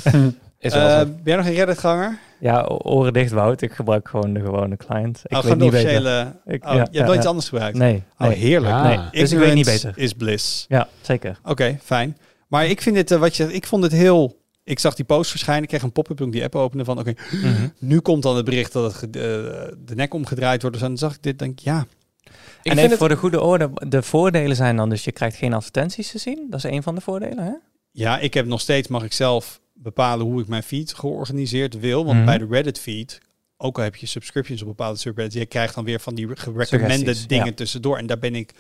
Is uh, ben jij nog een Reddit-ganger? Ja, oren dicht, Wout. Ik gebruik gewoon de gewone client. Ik oh, weet niet officiële... ik, oh, ja, je hebt ja, nooit iets ja. anders gebruikt? Nee. Oh, nee. heerlijk. Ah. Nee. Dus ik weet niet beter. Is bliss. Ja, zeker. Oké, okay, fijn. Maar ik vind dit, uh, wat je zegt, ik vond het heel... Ik zag die post verschijnen, ik kreeg een pop-up toen ik die app opende van, oké, okay, mm-hmm. nu komt dan het bericht dat het ge- uh, de nek omgedraaid wordt. Dus dan zag ik dit, denk ik, ja... Ik en even het... voor de goede orde, de voordelen zijn dan dus je krijgt geen advertenties te zien. Dat is een van de voordelen, hè? Ja, ik heb nog steeds, mag ik zelf bepalen hoe ik mijn feed georganiseerd wil. Want mm-hmm. bij de Reddit feed, ook al heb je subscriptions op bepaalde subreddits, je krijgt dan weer van die recommended dingen ja. tussendoor. En daar ben ik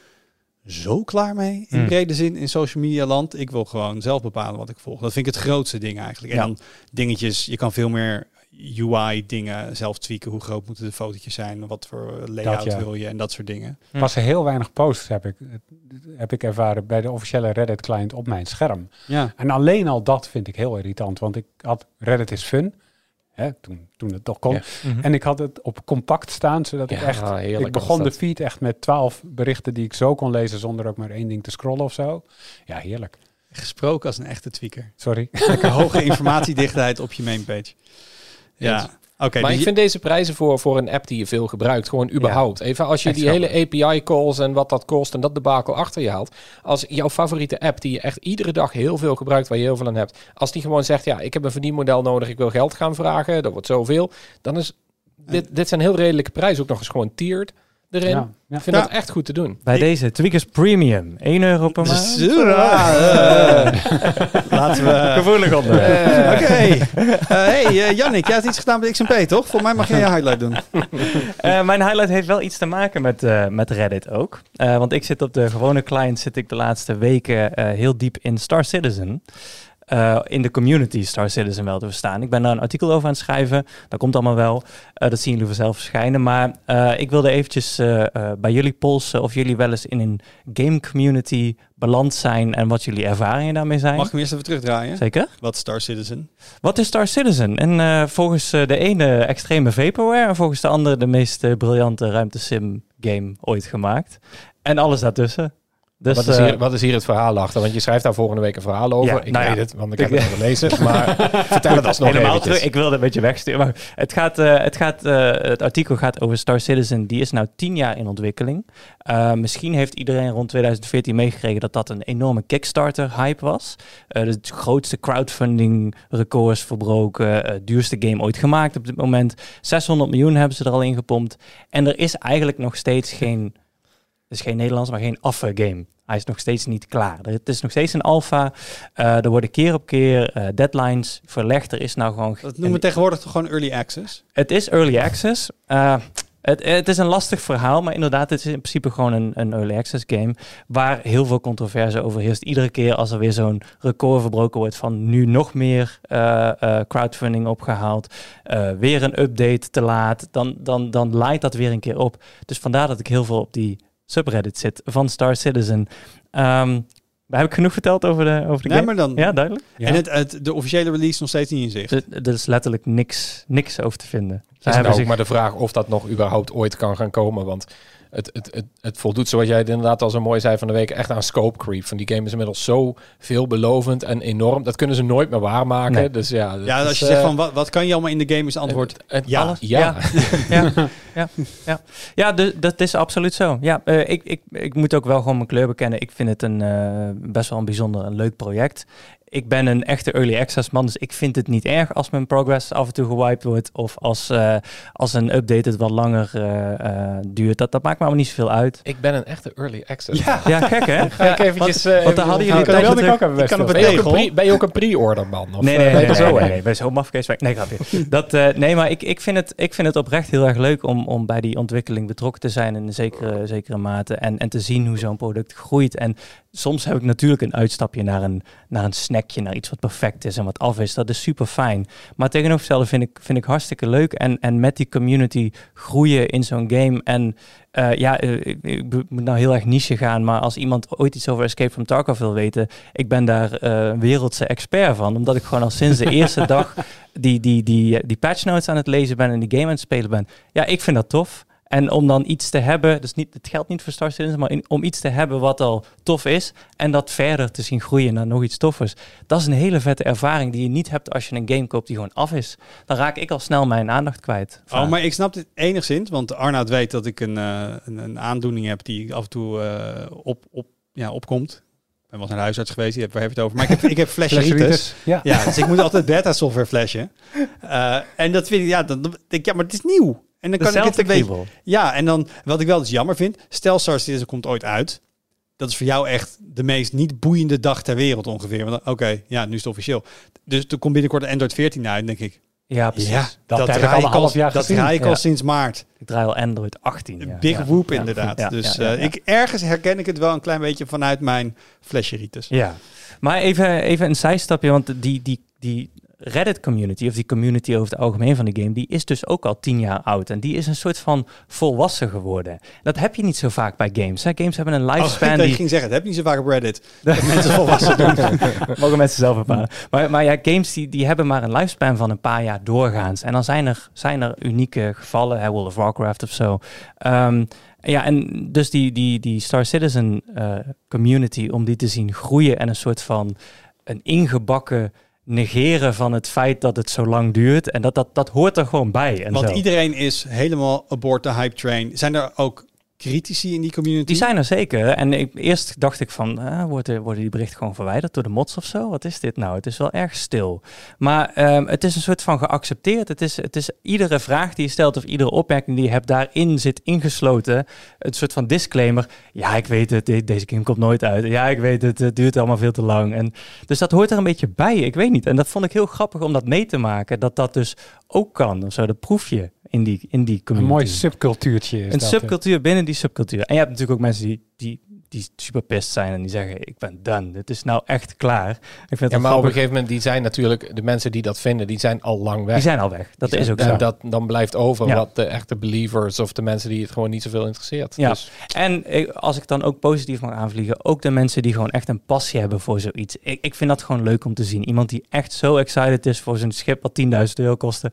zo klaar mee, in mm. brede zin, in social media land. Ik wil gewoon zelf bepalen wat ik volg. Dat vind ik het grootste ding eigenlijk. En ja. dan dingetjes, je kan veel meer... U I-dingen zelf tweaken. Hoe groot moeten de fotootjes zijn? Wat voor layout Dat, ja. wil je? En dat soort dingen. Er was er heel weinig posts, heb ik, heb ik ervaren bij de officiële Reddit-client op mijn scherm. Ja. En alleen al dat vind ik heel irritant, want ik had Reddit is fun, hè, toen, toen het toch kon. Ja. Mhm. En ik had het op compact staan, zodat ik Ja, echt... heerlijk Ik begon was de dat. feed echt met twaalf berichten die ik zo kon lezen zonder ook maar één ding te scrollen of zo. Ja, heerlijk. Gesproken als een echte tweaker. Sorry. Lekker hoge informatiedichtheid op je mainpage. Ja, Eens. oké. Maar dus ik vind deze prijzen voor, voor een app die je veel gebruikt, gewoon überhaupt. Even als je Echt die zo. hele A P I-calls en wat dat kost en dat debakel achter je haalt. Als jouw favoriete app die je echt iedere dag heel veel gebruikt, waar je heel veel aan hebt. Als die gewoon zegt, ja, ik heb een verdienmodel nodig, ik wil geld gaan vragen, dat wordt zoveel. Dan is, dit, dit zijn heel redelijke prijzen, ook nog eens gewoon tiered erin. Ja, ja. Ik vind Ja. dat echt goed te doen. Bij Ik- deze Tweakers Premium. één euro per maand. Dus, uh, laten we... Gevoelig onderwerp. Oké. Eh, hey, uh, Jannik, jij hebt iets gedaan met X M P, toch? Voor mij mag jij je highlight doen. Uh, mijn highlight heeft wel iets te maken met, uh, met Reddit ook. Uh, want ik zit op de gewone client, zit ik de laatste weken uh, heel diep in Star Citizen. Uh, in de community Star Citizen wel te verstaan. Ik ben daar een artikel over aan het schrijven. Dat komt allemaal wel. Uh, dat zien jullie vanzelf verschijnen. Maar uh, ik wilde eventjes uh, uh, bij jullie polsen of jullie wel eens in een game community beland zijn en wat jullie ervaringen daarmee zijn. Mag ik hem eerst even terugdraaien? Zeker. Wat Star Citizen? Wat is Star Citizen? En uh, volgens uh, de ene extreme vaporware en volgens de andere de meest uh, briljante ruimtesim game ooit gemaakt. En alles daartussen. Dus, wat, is uh, hier, wat is hier het verhaal achter? Want je schrijft daar volgende week een verhaal over. Ja, ik nou weet ja. het, want ik heb het al gelezen. Maar vertel het alsnog helemaal eventjes. terug. Ik wilde een beetje wegsturen. Maar het, gaat, uh, het, gaat, uh, het artikel gaat over Star Citizen. Die is nou tien jaar in ontwikkeling. Uh, misschien heeft iedereen rond twintig veertien meegekregen dat dat een enorme Kickstarter-hype was. Uh, de grootste crowdfunding records verbroken. Uh, duurste game ooit gemaakt op dit moment. zeshonderd miljoen hebben ze er al in gepompt. En er is eigenlijk nog steeds geen... Het is geen Nederlands, maar geen affe game. Hij is nog steeds niet klaar. Het is nog steeds een alpha. Uh, er worden keer op keer uh, deadlines verlegd. Er is nou gewoon... Dat noemen we tegenwoordig toch gewoon early access? Het is early access. Uh, het, het is een lastig verhaal, maar inderdaad, het is in principe gewoon een, een early access game waar heel veel controverse over heerst. Iedere keer als er weer zo'n record verbroken wordt van nu nog meer uh, uh, crowdfunding opgehaald, uh, weer een update te laat, dan, dan, dan laait dat weer een keer op. Dus vandaar dat ik heel veel op die subreddit zit van Star Citizen. Um, heb ik genoeg verteld over de, over de Nee, game? maar dan... Ja, duidelijk. Ja. En het, het, de officiële release nog steeds niet in zicht. Er, er is letterlijk niks, niks over te vinden. Ze Is hebben nou ook zich- maar de vraag of dat nog überhaupt ooit kan gaan komen. Want het, het, het, het voldoet, zoals jij het inderdaad al zo mooi zei van de week, echt aan scope creep. Van die game is inmiddels zo veelbelovend en enorm. Dat kunnen ze nooit meer waarmaken. Nee. Dus ja, dat Ja, als is, je zegt eh, van wat, wat kan je allemaal in de game is het antwoord het- het- ja. alles- ja. Ja, ja, ja. ja de, dat is absoluut zo. Ja, uh, ik, ik, ik moet ook wel gewoon mijn kleur bekennen. Ik vind het een uh, best wel een bijzonder een leuk project. Ik ben een echte early access man, dus ik vind het niet erg als mijn progress af en toe gewiped wordt of als, uh, als een update het wat langer uh, uh, duurt. Dat, dat maakt me allemaal niet zoveel uit. Ik ben een echte early access. Ja. Ja, gek hè? Ga ik eventjes... eh, want dan hadden jullie even- het dat tijdje wilde ik ook terug- hebben. Ik kan op het Ben je ook een regel. pre- ben je ook een pre-order man? Of, Nee, eh, nee, ben nee, je nee, er nee, zo nee, in? nee, ben zo mafkees. Nee, grapje. Dat, uh, nee, maar ik, ik, vind het, ik vind het oprecht heel erg leuk om, om bij die ontwikkeling betrokken te zijn in een zekere, zekere mate. En, en te zien hoe zo'n product groeit. En soms heb ik natuurlijk een uitstapje naar een, naar een snackje, naar iets wat perfect is en wat af is. Dat is super fijn. Maar tegenovergestelde vind ik, vind ik hartstikke leuk. En, en met die community groeien in zo'n game. En uh, ja, uh, ik, ik moet nou heel erg niche gaan. Maar als iemand ooit iets over Escape from Tarkov wil weten, ik ben daar uh, een wereldse expert van. Omdat ik gewoon al sinds de eerste dag die, die, die, die patch notes aan het lezen ben en die game aan het spelen ben. Ja, ik vind dat tof. En om dan iets te hebben, dus niet, het geldt niet voor Star Citizen, maar in, om iets te hebben wat al tof is en dat verder te zien groeien naar nog iets toffers. Dat is een hele vette ervaring die je niet hebt als je een game koopt die gewoon af is. Dan raak ik al snel mijn aandacht kwijt. Oh, maar ik snap dit enigszins, want Arnaud weet dat ik een, uh, een, een aandoening heb die af en toe uh, op, op, ja, opkomt. Ik ben wel naar de huisarts geweest, waar heb je het over? Maar ik heb, ik heb flasheritis. Ja. Ja, dus ik moet altijd beta-software flashen. Uh, en dat vind ik, ja, dan denk ik, ja, maar het is nieuw. En dan kan ik het een beetje... Ja, en dan, wat ik wel dus jammer vind, stel Star Citizen komt ooit uit. Dat is voor jou echt de meest niet boeiende dag ter wereld ongeveer. Oké, okay, ja, nu is het officieel. Dus er komt binnenkort Android veertien uit, denk ik. Ja, precies. Ja, dat, dat heb ik draai al ik een al, half jaar dat gezien. draai ik Ja. al sinds maart. Ik draai al Android achttien. Ja. Big ja. whoop ja. inderdaad. Ja, dus ja, ja, uh, ja. Ik, ergens herken ik het wel een klein beetje vanuit mijn flasheritis. Ja, maar even, even een zijstapje, want die, die, die Reddit-community, of die community over het algemeen van de game, die is dus ook al tien jaar oud. En die is een soort van volwassen geworden. Dat heb je niet zo vaak bij games. Hè? Games hebben een lifespan. Oh, die... ik ging zeggen, dat heb je niet zo vaak op Reddit. Dat mensen volwassen doen. Mogen mensen zelf bepalen. Maar, maar ja, games die, die hebben maar een lifespan van een paar jaar doorgaans. En dan zijn er, zijn er unieke gevallen, hè, World of Warcraft of zo. Um, ja, en dus die, die, die Star Citizen uh, community, om die te zien groeien en een soort van een ingebakken negeren van het feit dat het zo lang duurt. En dat, dat, dat hoort er gewoon bij. En Want zo. iedereen is helemaal aboard de hype train. Zijn er ook critici in die community? Die zijn er zeker. En ik, eerst dacht ik van, uh, worden, worden die berichten gewoon verwijderd door de mods of zo? Wat is dit nou? Het is wel erg stil. Maar um, het is een soort van geaccepteerd. Het is, het is iedere vraag die je stelt of iedere opmerking die je hebt, daarin zit ingesloten een soort van disclaimer. Ja, ik weet het, de, deze game komt nooit uit. Ja, ik weet het, het duurt allemaal veel te lang. En dus dat hoort er een beetje bij. Ik weet niet. En dat vond ik heel grappig om dat mee te maken. Dat dat dus ook kan. Of zo, dat proef je in die, in die community. Een mooi subcultuurtje is Een dat, subcultuur binnen die subcultuur. En je hebt natuurlijk ook mensen die, die, die super pissed zijn en die zeggen, ik ben done. Het is nou echt klaar. Ik vind het Ja, maar grappig. op een gegeven moment, die zijn natuurlijk, de mensen die dat vinden, die zijn al lang weg. Die zijn al weg. Dat Die is zijn- ook zo. en dat, dan blijft over Ja. wat de echte believers of de mensen die het gewoon niet zoveel interesseert. Ja. Dus, En ik, als ik dan ook positief mag aanvliegen, ook de mensen die gewoon echt een passie hebben voor zoiets. Ik, ik vind dat gewoon leuk om te zien. Iemand die echt zo excited is voor zijn schip wat tienduizend euro kostte.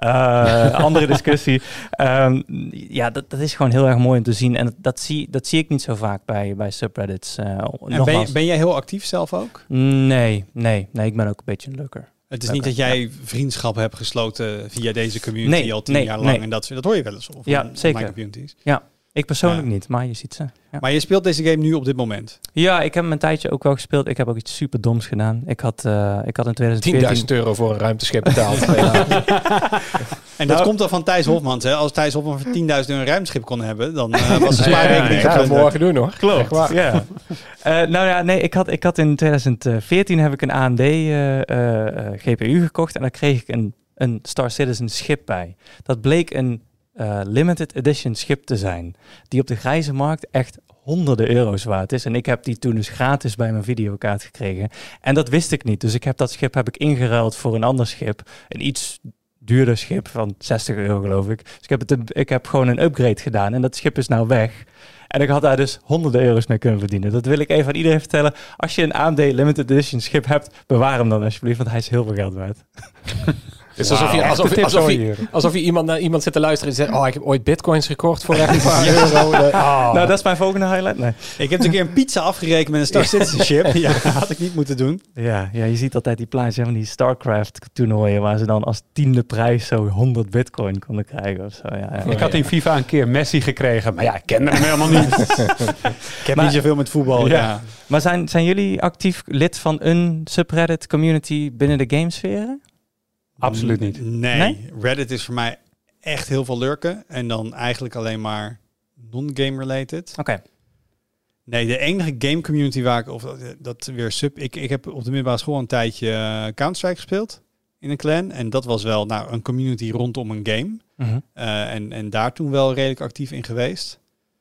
Uh, andere discussie. Um, ja, dat, dat is gewoon heel erg mooi om te zien. En dat, dat, zie, dat zie ik niet zo vaak bij, bij subreddits. Uh, En ben, je, ben jij heel actief zelf ook? Nee, nee, nee. Ik ben ook een beetje een leuker. Het is Oké, niet dat jij vriendschap hebt gesloten via deze community Nee, al tien nee, jaar lang. nee. En dat, dat hoor je wel eens op Ja, online zeker. communities. Ik persoonlijk Ja. niet, maar je ziet ze. Ja. Maar je speelt deze game nu op dit moment. Ja, ik heb hem een tijdje ook wel gespeeld. Ik heb ook iets super doms gedaan. Ik had, uh, ik had in twintig veertien... tienduizend euro voor een ruimteschip betaald. En dat Nou- komt dan van Thijs Hofmans. Hè? Als Thijs Hofman voor tienduizend euro een ruimteschip kon hebben, dan uh, was de Ja, spaarrekening ja, Ik ga het gepland. morgen doen hoor. Echt Klopt, waar. ja. Uh, nou ja, nee, ik had, ik had in twintig veertien heb ik een A M D uh, uh, G P U gekocht en daar kreeg ik een, een Star Citizen schip bij. Dat bleek een uh, limited edition schip te zijn, die op de grijze markt echt honderden euro's waard is. En ik heb die toen dus gratis bij mijn videokaart gekregen. En dat wist ik niet. Dus ik heb dat schip heb ik ingeruild voor een ander schip. Een iets duurder schip van zestig euro geloof ik. Dus ik heb, het een, ik heb gewoon een upgrade gedaan en dat schip is nou weg. En ik had daar dus honderden euro's mee kunnen verdienen. Dat wil ik even aan iedereen vertellen. Als je een A M D limited edition schip hebt, bewaar hem dan alsjeblieft, want hij is heel veel geld waard. Het is alsof je, alsof, Echte tips alsof hoor je, je hier. alsof je iemand naar iemand zit te luisteren en zegt, oh, ik heb ooit bitcoins gekocht voor echt een paar euro. De- Oh. Nou, dat is mijn volgende highlight. Nee. Ik heb een keer een pizza afgerekend met een Star Citizen ship. Ja, dat had ik niet moeten doen. Ja, ja, je ziet altijd die plaatjes van die StarCraft toernooien waar ze dan als tiende prijs zo honderd bitcoin konden krijgen of zo. Ja, ja. Ik had in FIFA een keer Messi gekregen, maar ja, ik kende hem helemaal niet. Ik heb Maar- niet zoveel met voetbal. Ja. Ja. Maar zijn, zijn jullie actief lid van een subreddit community binnen de gamesferen? Absoluut niet. Nee. Nee? Reddit is voor mij echt heel veel lurken. En dan eigenlijk alleen maar non-game related. Oké. Nee, de enige game community waar ik, of dat, dat weer sub... Ik, ik heb op de middelbare school een tijdje uh, Counter-Strike gespeeld in een clan. En dat was wel nou, een community rondom een game. Mhm. Uh, en, en daar toen wel redelijk actief in geweest.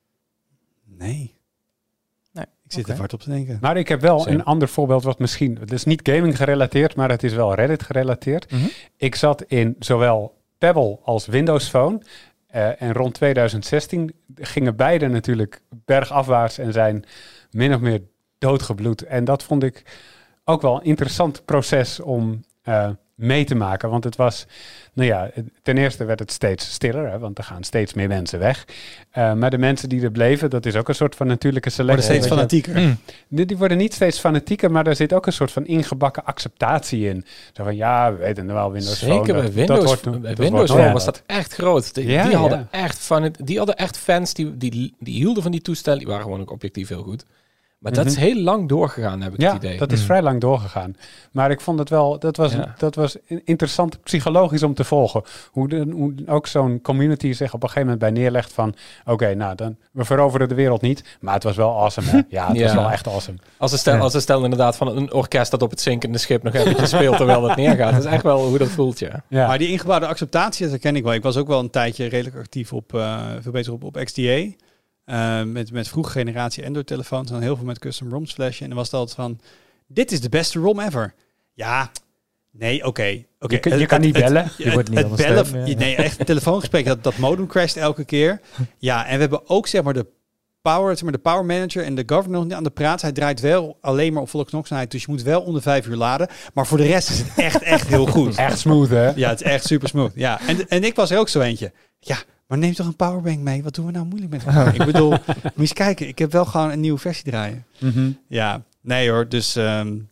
Nee. Nee, Ik zit oké. er hard op te denken. Maar ik heb wel Same. een ander voorbeeld wat misschien... Het is niet gaming gerelateerd, maar het is wel Reddit gerelateerd. Mhm. Ik zat in zowel Pebble als Windows Phone. Uh, en rond twintig zestien gingen beide natuurlijk bergafwaarts en zijn min of meer doodgebloed. En dat vond ik ook wel een interessant proces om uh, mee te maken. Want het was, nou ja, ten eerste werd het steeds stiller, hè, want er gaan steeds meer mensen weg. Uh, maar de mensen die er bleven, dat is ook een soort van natuurlijke selectie. Worden steeds Weet je, fanatieker. Mm. die, die worden niet steeds fanatieker, maar er zit ook een soort van ingebakken acceptatie in. Zo van, ja, we weten wel, Windows Phone. Zeker bij dat- Windows, dat wordt- bij dat Windows wordt Phone nooit was wat. dat echt groot. Die, Ja, die, ja. hadden echt van het, die hadden echt fans die, die, die hielden van die toestellen. Die waren gewoon ook objectief heel goed. Maar dat is Mhm. heel lang doorgegaan, heb ik Ja, het idee. dat is Mm. vrij lang doorgegaan. Maar ik vond het wel, dat was, Ja. dat was interessant psychologisch om te volgen. Hoe, de, hoe ook zo'n community zich op een gegeven moment bij neerlegt van, oké, okay, nou, dan we veroveren de wereld niet, maar het was wel awesome. Hè? Ja, het Ja. was wel echt awesome. Als ze stel, Ja. als ze stel inderdaad van een orkest dat op het zinkende schip nog eventjes speelt terwijl het neergaat. Dat is echt wel hoe dat voelt, ja. Ja. Maar die ingebouwde acceptatie, dat herken ik wel. Ik was ook wel een tijdje redelijk actief op, uh, veel beter op, op X D A. Uh, met, met vroege generatie Android-telefoons. En dan heel veel met custom ROMs flashen. En dan was het altijd van, dit is de beste ROM ever. Ja, Nee, oké. Okay, okay. Je, kan- je kan niet bellen. Het, Je wordt niet het ondersteund, bellen, ja. nee, echt een telefoongesprek, dat, dat modem crasht elke keer. Ja, en we hebben ook zeg maar de power, zeg maar de power manager en de governor nog niet aan de praat. Hij draait wel alleen maar op volle knoksnelheid, dus je moet wel onder vijf uur laden. Maar voor de rest is het echt, echt heel goed. Echt smooth, hè? Ja, het is echt super smooth. Ja, en, en ik was er ook zo eentje. Ja, maar neem toch een powerbank mee? Wat doen we nou moeilijk met elkaar? Ik bedoel, moet je eens kijken. Ik heb wel gewoon een nieuwe versie draaien. Mhm. Ja, nee hoor. Dus um,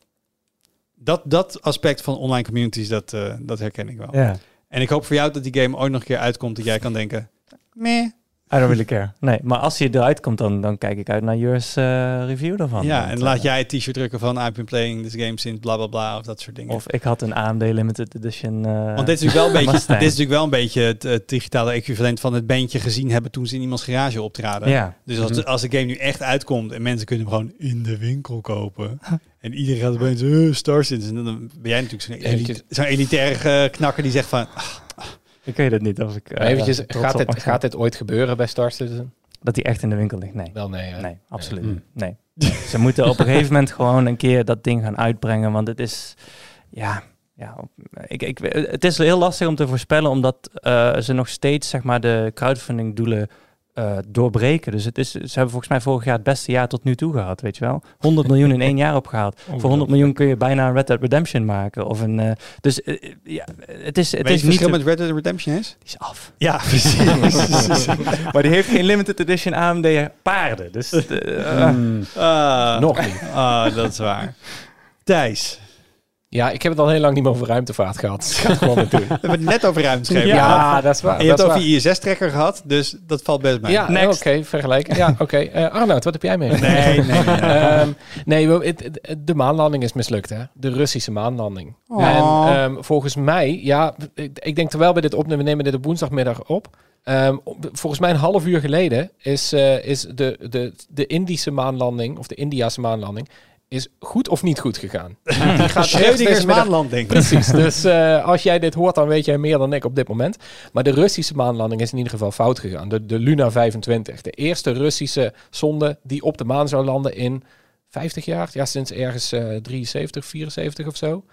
dat, dat aspect van online communities, dat, uh, dat herken ik wel. Ja. En ik hoop voor jou dat die game ooit nog een keer uitkomt dat jij kan denken, meh. I don't really care. Nee, maar als hij eruit komt, dan, dan kijk ik uit naar Jur's uh, review daarvan. Ja, Want, en laat uh, jij het t-shirt drukken van I've been playing this game since bla bla bla of dat soort dingen. Of ik had een A M D Limited Edition. Uh, Want dit is natuurlijk wel een beetje, Mustang. dit is natuurlijk wel een beetje het, het digitale equivalent van het bandje gezien hebben toen ze in iemands garage optraden. Ja. Dus als de, als de game nu echt uitkomt en mensen kunnen hem gewoon in de winkel kopen en iedereen gaat opeens uh, Star Citizen, en dan ben jij natuurlijk zo'n, elite, zo'n elitaire uh, knakker die zegt van ah, Ik weet het niet of ik... Uh, Maar eventjes, uh, trots gaat op dit, mag zijn. gaat dit ooit gebeuren bij Star Citizen? Dat hij echt in de winkel ligt? Nee. Wel nee. Hè? Nee, absoluut Nee. niet. Nee. Ze moeten op een gegeven moment gewoon een keer dat ding gaan uitbrengen, want het is... Ja, ja ik, ik, het is heel lastig om te voorspellen, omdat uh, ze nog steeds zeg maar de crowdfunding doelen uh, doorbreken. Dus het is, ze hebben volgens mij vorig jaar het beste jaar tot nu toe gehad, weet je wel. honderd miljoen in één jaar opgehaald. Voor honderd miljoen kun je bijna een Red Dead Redemption maken. Of een, uh, dus uh, ja, het is, het weet is je niet... verschil Te... met Red Dead Redemption is? Die is af. Ja, precies. Maar die heeft geen limited edition A M D paarden. Dus uh, Mm. Ah, Nog niet. Ah, dat is waar. Thijs, Ja, ik heb het al heel lang niet meer over ruimtevaart gehad. Dus ik ga het gewoon weer doen. we hebben het net over ruimteschepen Ja, gehad. dat is waar. En je hebt dat het is over je I S S-trekker gehad, dus dat valt best mee. Ja, Next. oké, vergelijken. Ja, oké. Okay. Uh, Arnoud, wat heb jij mee? Nee, nee, nee. nee. um, nee, we- het- het- de maanlanding is mislukt, hè? De Russische maanlanding. Oh. En um, volgens mij, ja, ik, ik denk terwijl we dit opnemen, we nemen dit op woensdagmiddag op. Um, volgens mij een half uur geleden is, uh, is de, de, de Indische maanlanding, of de Indiase maanlanding, is goed of niet goed gegaan. Die gaat Schrödinger's rechts deze middag- maanland, denk ik. Precies, dus uh, als jij dit hoort, dan weet jij meer dan ik op dit moment. Maar de Russische maanlanding is in ieder geval fout gegaan. De, de Luna vijfentwintig, de eerste Russische zonde die op de maan zou landen in vijftig jaar. Ja, sinds ergens uh, drieënzeventig, vierenzeventig of zo.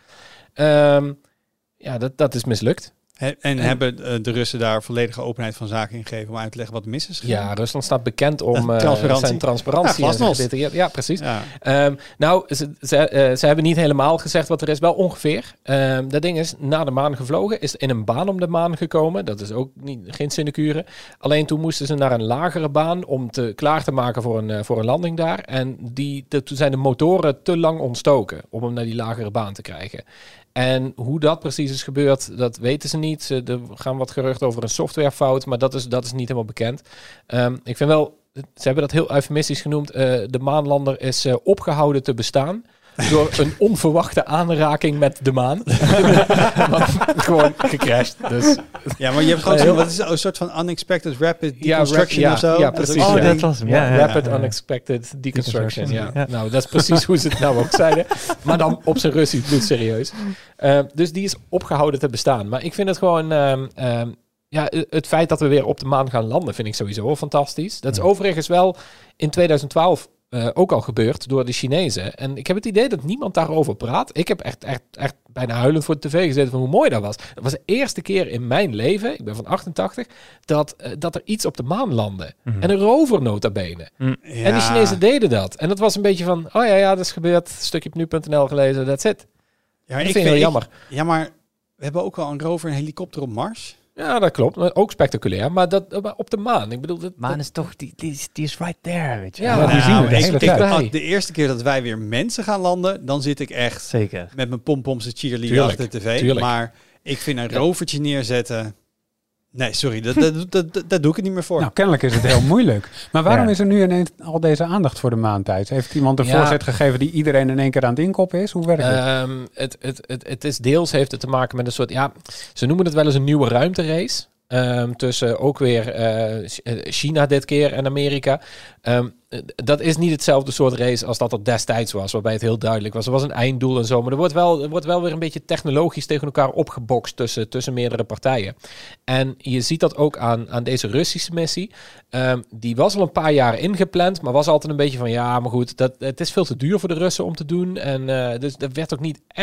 Um, ja, dat, dat is mislukt. He- en, en hebben uh, de Russen daar volledige openheid van zaken in gegeven om uit te leggen wat mis is gegaan? Ja, Rusland staat bekend om uh, Transparantie. zijn transparantie. Ja, en zijn glasnost. gedetailleerd- ja, precies. Ja. Um, nou, ze, ze, uh, ze hebben niet helemaal gezegd wat er is, wel ongeveer. Um, dat ding is naar de maan gevlogen, is in een baan om de maan gekomen. Dat is ook niet, geen sinecure. Alleen toen moesten ze naar een lagere baan om te klaar te maken voor een, uh, voor een landing daar. En die, de, toen zijn de motoren te lang ontstoken om hem naar die lagere baan te krijgen. En hoe dat precies is gebeurd, dat weten ze niet. Ze, er gaan wat geruchten over een softwarefout, maar dat is, dat is niet helemaal bekend. Um, ik vind wel, ze hebben dat heel eufemistisch genoemd. Uh, de maanlander is uh, opgehouden te bestaan door een onverwachte aanraking met de maan. Gewoon gecrashed. Dus. Ja, maar je hebt gewoon Heel- zo'n, wat is het, een soort van unexpected rapid Ja, deconstruction rap- of zo. ja, ja, Dat is precies, ook Oh, zo'n ja. dat ding. was hem. Ja, ja, Rapid ja. unexpected deconstruction. Ja. Ja. Nou, dat is precies hoe ze het nou ook zeiden. Maar dan op zijn Russisch bloed serieus. Uh, dus die is opgehouden te bestaan. Maar ik vind het gewoon... Um, um, ja, het feit dat we weer op de maan gaan landen vind ik sowieso wel fantastisch. Dat is Ja. overigens wel in tweeduizend twaalf uh, ook al gebeurd door de Chinezen. En ik heb het idee dat niemand daarover praat. Ik heb echt, echt, echt bijna huilend voor de tv gezeten van hoe mooi dat was. Dat was de eerste keer in mijn leven, ik ben van achtentachtig, dat, uh, dat er iets op de maan landde. Mhm. En een rover nota bene. Ja. En die Chinezen deden dat. En dat was een beetje van, oh ja, ja, dat is gebeurd. Stukje op nu punt n l gelezen, that's it. Ja, maar Dat ik vind ik heel ik- jammer. Ja, maar we hebben ook al een rover en helikopter op Mars. Ja, dat klopt. Maar ook spectaculair. Maar dat maar op de maan. Ik bedoel, dat, Maan dat- is toch, die, die, is, die is right there, weet je Ja, wel. die zien we de Nou, ik- hele ik- tijd. als de eerste keer dat wij weer mensen gaan landen, dan zit ik echt Zeker. met mijn pompoms en cheerleader Tuurlijk, achter de tv. tuurlijk. Maar ik vind een Ja. rovertje neerzetten... Nee, sorry, dat, dat, dat, dat, daar doe ik het niet meer voor. Nou, kennelijk is het heel moeilijk. Maar waarom Ja. is er nu ineens al deze aandacht voor de maantijd? Heeft iemand een Ja. voorzet gegeven die iedereen in één keer aan het inkoppen is? Hoe werkt het? Ehm, het, het, het, het is deels heeft het te maken met een soort, ja, ze noemen het wel eens een nieuwe ruimterace. Ehm, tussen ook weer eh, China dit keer en Amerika. Ehm, dat is niet hetzelfde soort race als dat er destijds was, waarbij het heel duidelijk was. Er was een einddoel en zo, maar er wordt wel, er wordt wel weer een beetje technologisch tegen elkaar opgebokst tussen, tussen meerdere partijen. En je ziet dat ook aan, aan deze Russische missie. Um, die was al een paar jaar ingepland, maar was altijd een beetje van, ja, maar goed, dat, het is veel te duur voor de Russen om te doen. En uh, dus dat werd ook niet echt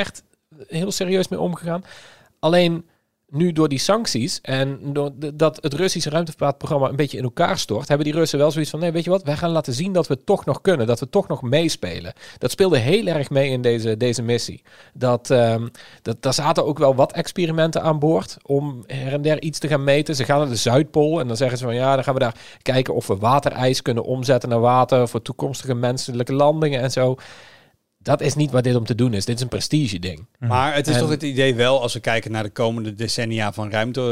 heel serieus mee omgegaan. Alleen nu door die sancties en door de, dat het Russische ruimtevaartprogramma een beetje in elkaar stort, hebben die Russen wel zoiets van, nee, weet je wat, wij gaan laten zien dat we het toch nog kunnen, dat we toch nog meespelen. Dat speelde heel erg mee in deze, deze missie. Dat, um, dat, daar zaten ook wel wat experimenten aan boord om her en der iets te gaan meten. Ze gaan naar de Zuidpool en dan zeggen ze van, ja, dan gaan we daar kijken of we waterijs kunnen omzetten naar water voor toekomstige menselijke landingen en zo. Dat is niet wat dit om te doen is. Dit is een prestige ding. Maar het is En- toch het idee wel, als we kijken naar de komende decennia van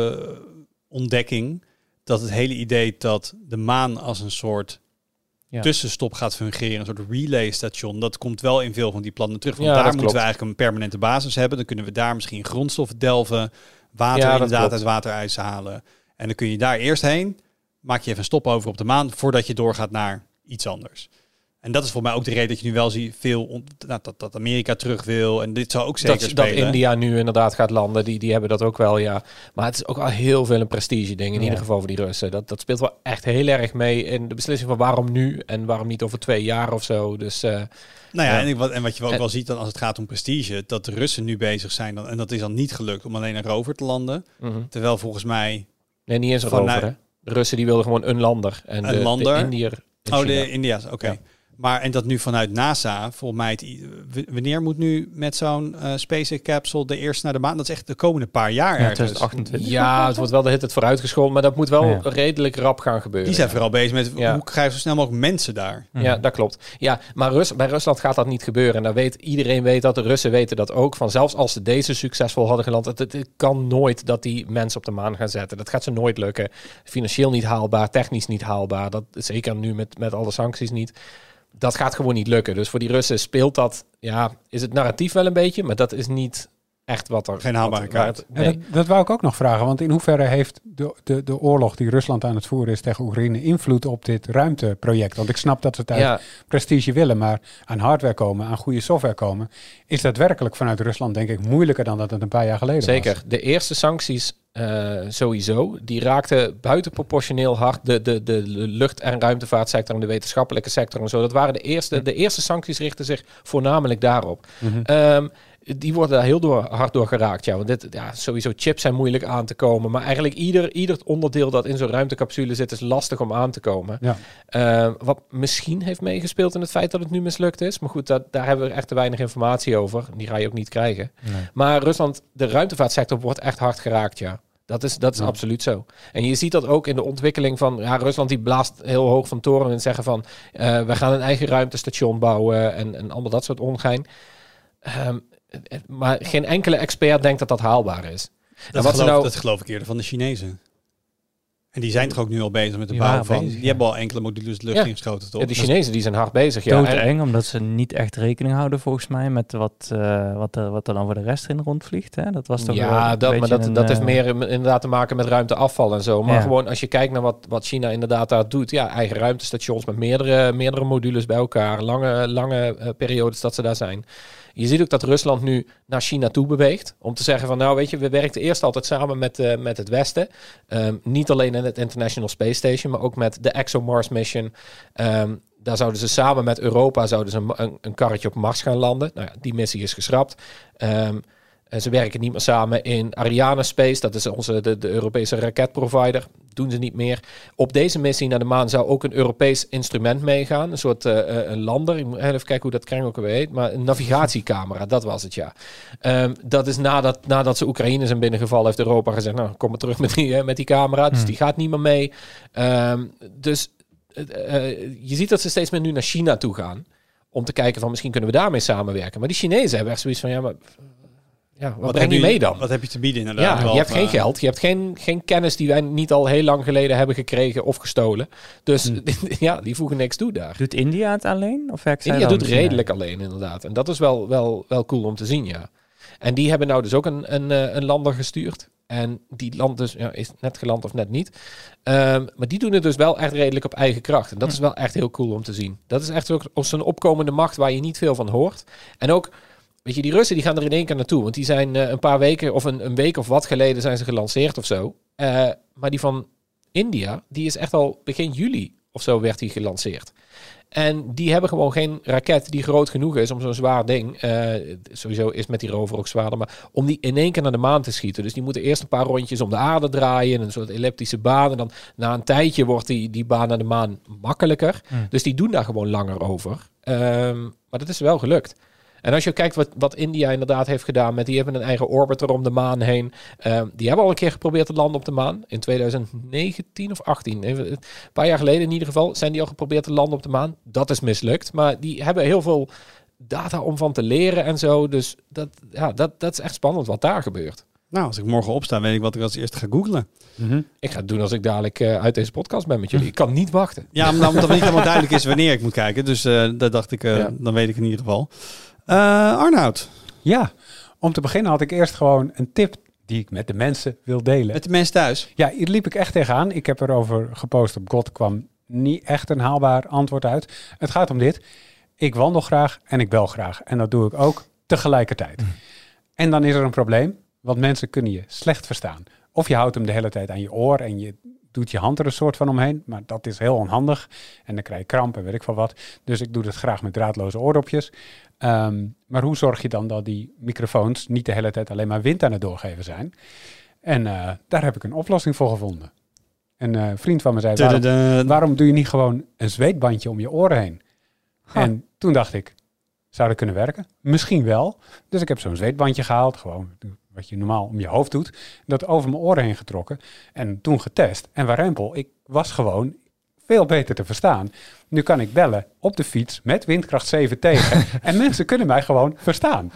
ruimteontdekking, dat het hele idee dat de maan als een soort Ja. tussenstop gaat fungeren, een soort relaystation, dat komt wel in veel van die plannen terug. Want Ja, daar dat moeten we klopt. eigenlijk een permanente basis hebben. Dan kunnen we daar misschien grondstoffen delven, water Ja, dat inderdaad klopt. uit waterijs halen. En dan kun je daar eerst heen, maak je even een stop over op de maan, voordat je doorgaat naar iets anders. En dat is voor mij ook de reden dat je nu wel ziet veel on- nou, dat, dat Amerika terug wil. En dit zou ook zeker Dat, dat spelen. India nu inderdaad gaat landen, die, die hebben dat ook wel, ja. Maar het is ook wel heel veel een prestige ding, in Ja. ieder geval voor die Russen. Dat, dat speelt wel echt heel erg mee in de beslissing van waarom nu en waarom niet over twee jaar of zo. Dus uh, Nou ja, Ja. En, ik- wat, en wat je ook En- wel ziet dan als het gaat om prestige, dat de Russen nu bezig zijn, dan, en dat is dan niet gelukt om alleen een rover te landen. mm-hmm. Terwijl volgens mij... Nee, niet eens een Vanuit- rover, hè. De Russen die wilden gewoon een lander. En Een de, lander? de Indiër in Oh, China. de India's, oké. Ja. Maar en dat nu vanuit NASA, volgens mij, het, i- w- wanneer moet nu met zo'n uh, SpaceX capsule de eerste naar de maan? Dat is echt de komende paar jaar Ja, ergens. twintig achtentwintig. Ja, het wordt wel de hit het vooruitgeschoven, maar dat moet wel Ja. redelijk rap gaan gebeuren. Die zijn ja. vooral bezig met Ja. hoe krijgen we zo snel mogelijk mensen daar? Ja, dat klopt. Ja, maar Rus, bij Rusland gaat dat niet gebeuren. En daar weet, iedereen weet dat, de Russen weten dat ook. Van zelfs als ze deze succesvol hadden geland, het, het, het kan nooit dat die mensen op de maan gaan zetten. Dat gaat ze nooit lukken. Financieel niet haalbaar, technisch niet haalbaar. Dat, zeker nu met, met alle sancties niet. Dat gaat gewoon niet lukken. Dus voor die Russen speelt dat, ja, is het narratief wel een beetje, maar dat is niet echt wat er... Geen haalbare wat- waar kaart. het- Ja, nee. dat, dat wou ik ook nog vragen, want in hoeverre heeft de, de, de oorlog die Rusland aan het voeren is tegen Oekraïne invloed op dit ruimteproject? Want ik snap dat ze het uit Ja, prestige willen, maar aan hardware komen, aan goede software komen, is daadwerkelijk vanuit Rusland denk ik moeilijker dan dat het een paar jaar geleden was. zeker. De eerste sancties uh, sowieso, die raakten buitenproportioneel hard de, de, de lucht- en ruimtevaartsector en de wetenschappelijke sector en zo. Dat waren de eerste. De eerste sancties richten zich voornamelijk daarop. Mhm. Um, die worden daar heel door, hard door geraakt. Ja, want dit, ja, sowieso chips zijn moeilijk aan te komen. Maar eigenlijk ieder, ieder onderdeel dat in zo'n ruimtecapsule zit, is lastig om aan te komen. Ja. Uh, wat misschien heeft meegespeeld in het feit dat het nu mislukt is. Maar goed, dat, daar hebben we echt te weinig informatie over. Die ga je ook niet krijgen. Nee. Maar Rusland, de ruimtevaartsector wordt echt hard geraakt, ja. Dat is, dat is Ja. absoluut zo. En je ziet dat ook in de ontwikkeling van... Ja, Rusland die blaast heel hoog van toren en zeggen van... Uh, we gaan een eigen ruimtestation bouwen en, en allemaal dat soort ongein. Um, maar geen enkele expert denkt dat dat haalbaar is. Dat, wat ze geloof, nou- dat geloof ik eerder van de Chinezen. En die zijn toch ook nu al bezig met de Die bouw waren van... bezig, die ja. hebben al enkele modules de lucht Ja. ingeschoten, toch? Ja, de Chinezen die zijn hard bezig. Ja. En- Doodeng, omdat ze niet echt rekening houden volgens mij met wat, uh, wat, er, wat er dan voor de rest in rondvliegt. Hè? Dat was toch wel ja, een dat, maar beetje dat, een, dat heeft uh, meer inderdaad te maken met ruimteafval en zo. Maar Ja. gewoon als je kijkt naar wat, wat China inderdaad daar doet. Ja, eigen ruimtestations met meerdere, meerdere modules bij elkaar. Lange, lange uh, periodes dat ze daar zijn. Je ziet ook dat Rusland nu naar China toe beweegt. Om te zeggen van nou weet je, we werkten eerst altijd samen met, uh, met het Westen. Um, niet alleen in het International Space Station, maar ook met de ExoMars mission. Um, daar zouden ze samen met Europa zouden ze een, een, een karretje op Mars gaan landen. Nou ja, die missie is geschrapt. Um, en ze werken niet meer samen in Ariane Space. Dat is onze, de, de Europese raketprovider. Doen ze niet meer. Op deze missie naar de maan zou ook een Europees instrument meegaan. Een soort uh, een lander. Ik moet even kijken hoe dat kring ook alweer heet. Maar een navigatiecamera, dat was het, ja. Um, dat is nadat, nadat ze Oekraïne zijn binnengevallen, heeft Europa gezegd, nou, kom maar terug met die, uh, met die camera. Dus Hmm. die gaat niet meer mee. Um, dus uh, uh, je ziet dat ze steeds meer nu naar China toe gaan. Om te kijken van, misschien kunnen we daarmee samenwerken. Maar die Chinezen hebben echt zoiets van, ja, maar... Ja, wat, breng je mee dan? Wat heb je te bieden inderdaad? Ja, je hebt geen geld. Je hebt geen, geen kennis die wij niet al heel lang geleden hebben gekregen of gestolen. Dus Hm. ja, die voegen niks toe daar. Doet India het alleen? Of werkt zij India dan doet met China? redelijk alleen inderdaad. En dat is wel, wel, wel cool om te zien, ja. En die hebben nou dus ook een, een, een lander gestuurd. En die land dus, ja, is net geland of net niet. Um, maar die doen het dus wel echt redelijk op eigen kracht. En dat is wel echt heel cool om te zien. Dat is echt ook zo'n opkomende macht waar je niet veel van hoort. En ook... Weet je, die Russen die gaan er in één keer naartoe. Want die zijn uh, een paar weken of een, een week of wat geleden zijn ze gelanceerd of zo. Uh, maar die van India, die is echt al begin juli of zo werd die gelanceerd. En die hebben gewoon geen raket die groot genoeg is om zo'n zwaar ding, uh, sowieso is met die rover ook zwaarder, maar om die in één keer naar de maan te schieten. Dus die moeten eerst een paar rondjes om de aarde draaien, een soort elliptische baan. En dan na een tijdje wordt die, die baan naar de maan makkelijker. Mm. Dus die doen daar gewoon langer over. Um, maar dat is wel gelukt. En als je kijkt wat, wat India inderdaad heeft gedaan, met die hebben een eigen orbiter om de maan heen. Uh, die hebben al een keer geprobeerd te landen op de maan. In twintig negentien of achttien. Even, een paar jaar geleden in ieder geval zijn die al geprobeerd te landen op de maan. Dat is mislukt. Maar die hebben heel veel data om van te leren en zo. Dus dat, ja, dat, dat is echt spannend wat daar gebeurt. Nou, als ik morgen opsta, weet ik wat ik als eerste ga googlen. Mm-hmm. Ik ga het doen als ik dadelijk uh, uit deze podcast ben met jullie. Ik kan niet wachten. Ja, maar omdat het niet helemaal duidelijk is wanneer ik moet kijken. Dus uh, dat dacht ik, uh, ja. dan weet ik in ieder geval. Uh, Arnoud. Ja, om te beginnen had ik eerst gewoon een tip die ik met de mensen wil delen. Met de mensen thuis? Ja, hier liep ik echt tegenaan. Ik heb erover gepost op God, kwam niet echt een haalbaar antwoord uit. Het gaat om dit. Ik wandel graag en ik bel graag. En dat doe ik ook tegelijkertijd. Mm. En dan is er een probleem, want mensen kunnen je slecht verstaan. Of je houdt hem de hele tijd aan je oor en je doet je hand er een soort van omheen. Maar dat is heel onhandig. En dan krijg je kramp en weet ik veel wat. Dus ik doe het graag met draadloze oordopjes. Um, maar hoe zorg je dan dat die microfoons niet de hele tijd alleen maar wind aan het doorgeven zijn? En uh, daar heb ik een oplossing voor gevonden. Een uh, vriend van me zei, waarom, waarom doe je niet gewoon een zweetbandje om je oren heen? Huh. En toen dacht ik, zou dat kunnen werken? Misschien wel. Dus ik heb zo'n zweetbandje gehaald, gewoon wat je normaal om je hoofd doet. Dat over mijn oren heen getrokken en toen getest. En warempel, ik was gewoon veel beter te verstaan. Nu kan ik bellen op de fiets met windkracht zeven tegen. En mensen kunnen mij gewoon verstaan.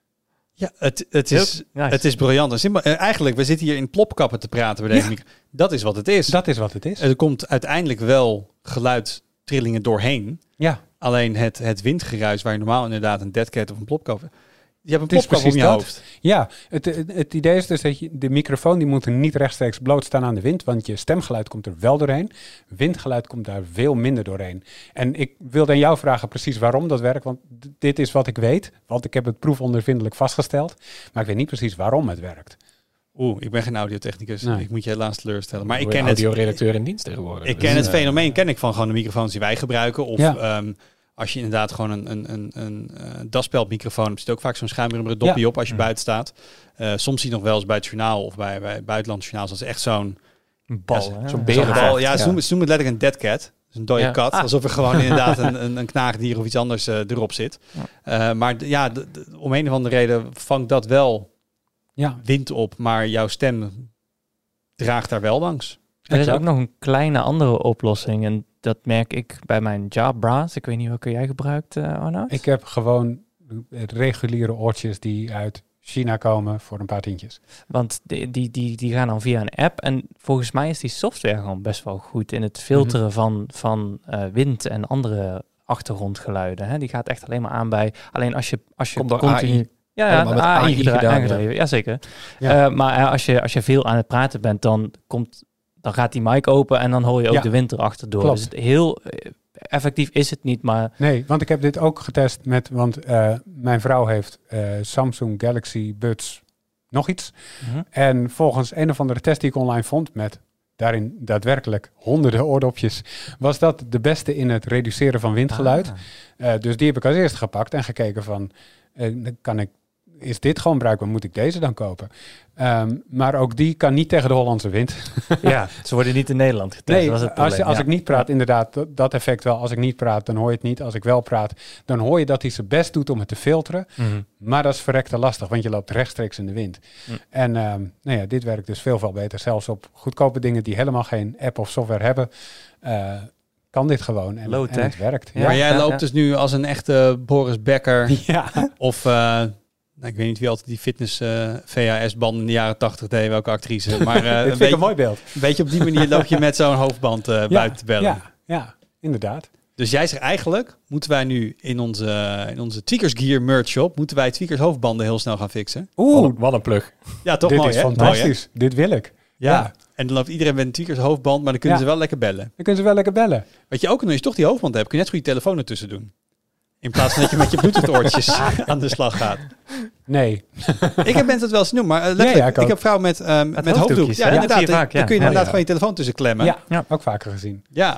Ja, het, het, is, nice. het is briljant. En eigenlijk, we zitten hier in plopkappen te praten bij deze ja. micro. Dat is wat het is. Dat is wat het is. Er komt uiteindelijk wel geluidstrillingen doorheen. Ja. Alleen het, het windgeruis, waar je normaal inderdaad een deadcat of een plopkap... Je hebt een plopkap om je dat. hoofd. Ja, het, het, het idee is dus dat je de microfoon die moet niet rechtstreeks blootstaan aan de wind, want je stemgeluid komt er wel doorheen. Windgeluid komt daar veel minder doorheen. En ik wilde aan jou vragen precies waarom dat werkt, want d- dit is wat ik weet, want ik heb het proefondervindelijk vastgesteld, maar ik weet niet precies waarom het werkt. Oeh, ik ben geen audiotechnicus. Nee. Ik moet je helaas teleurstellen. Maar ik ken het audioredacteur in dienst tegenwoordig. Ik ken dus, het uh, fenomeen ken ik van gewoon de microfoons die wij gebruiken of ja. um, als je inderdaad gewoon een, een, een, een uh, daspeldmicrofoon hebt, zit ook vaak zo'n schuimrubberen dopje ja. op als je mm. buiten staat. Uh, soms zie je nog wel eens bij het journaal of bij, bij buitenlandse journaals, dat is echt zo'n bal, ja, zo'n berenbal. Ja, ja. Ze noemen het letterlijk een dead cat. Dus een dode ja. kat. Ah. Alsof er gewoon inderdaad een, een, een knaagdier of iets anders uh, erop zit. Ja. Uh, maar d- ja, d- d- om een of andere reden vangt dat wel ja. wind op, maar jouw stem draagt daar wel langs. Er is ook nog een kleine andere oplossing en dat merk ik bij mijn Jabras. Ik weet niet welke jij gebruikt, uh, Arnoud? Ik heb gewoon reguliere oortjes die uit China komen voor een paar tientjes. Want die, die, die, die gaan dan via een app en volgens mij is die software gewoon best wel goed in het filteren mm-hmm. van, van uh, wind en andere achtergrondgeluiden. Hè? Die gaat echt alleen maar aan bij... Alleen als je, als je Komt door continu... A I. Ja, ja, met A I gedreven. Ja, zeker. Ja. Uh, maar uh, als, je, als je veel aan het praten bent, dan komt... Dan gaat die mic open en dan hoor je ook ja. de wind erachter door. Klopt. Dus heel uh, effectief is het niet, maar... Nee, want ik heb dit ook getest met... Want uh, mijn vrouw heeft uh, Samsung Galaxy Buds nog iets. Mm-hmm. En volgens een of andere test die ik online vond... met daarin daadwerkelijk honderden oordopjes... was dat de beste in het reduceren van windgeluid. Ah. Uh, dus die heb ik als eerste gepakt en gekeken van... Uh, kan ik... Is dit gewoon bruikbaar? Moet ik deze dan kopen? Um, maar ook die kan niet tegen de Hollandse wind. Ja, ze worden niet in Nederland getest. Nee, was het als, als ja. ik niet praat, inderdaad, dat, dat effect wel. Als ik niet praat, dan hoor je het niet. Als ik wel praat, dan hoor je dat hij zijn best doet om het te filteren. Mm-hmm. Maar dat is verrekte lastig, want je loopt rechtstreeks in de wind. Mm. En um, nou ja, dit werkt dus veel, veel beter. Zelfs op goedkope dingen die helemaal geen app of software hebben... Uh, kan dit gewoon en, en het werkt. Ja. Maar jij ja, loopt ja. dus nu als een echte Boris Becker ja. of... Uh, Nou, ik weet niet wie altijd die fitness uh, V H S-band in de jaren tachtig deed, welke actrice. Maar uh, Dit vind ik een mooi beeld. Een beetje op die manier loop je met zo'n hoofdband uh, ja, buiten te bellen. Ja, ja, inderdaad. Dus jij zegt eigenlijk, moeten wij nu in onze, in onze Tweakers Gear merch shop, moeten wij Tweakers hoofdbanden heel snel gaan fixen? Oeh, wat een plug. Ja, toch Dit mooi, is hè? fantastisch. Mooi, Dit wil ik. Ja. ja. En dan loopt iedereen met een Tweakers hoofdband, maar dan kunnen ja. ze wel lekker bellen. Dan kunnen ze wel lekker bellen. Wat je ook nog, als je toch die hoofdband hebt, kun je net goed je telefoon ertussen doen. In plaats van dat je met je Bluetooth-oortjes aan de slag gaat. Nee. Ik heb mensen het wel eens noemen, maar uh, ja, ja, ik, ik heb vrouwen met, um, met hoofddoek. Ja, ja, inderdaad. Vaak, ja. Dan kun je ja, inderdaad ja. gewoon je telefoon tussen klemmen. Ja, ja, ook vaker gezien. Ja.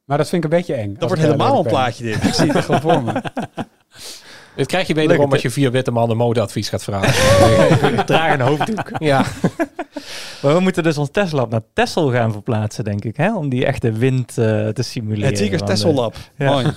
Maar dat vind ik een beetje eng. Dat als wordt ik helemaal een eerlijk ben. plaatje dit. Ik zie het echt gewoon voor me. Dit krijg je wederom als je vier witte mannen modeadvies gaat vragen. Draag een hoofddoek. Ja. Maar we moeten dus ons Tesla naar Texel gaan verplaatsen, denk ik. Hè? Om die echte wind uh, te simuleren. Het Ziekers Want, uh, Tesla Lab. ja. Mooi.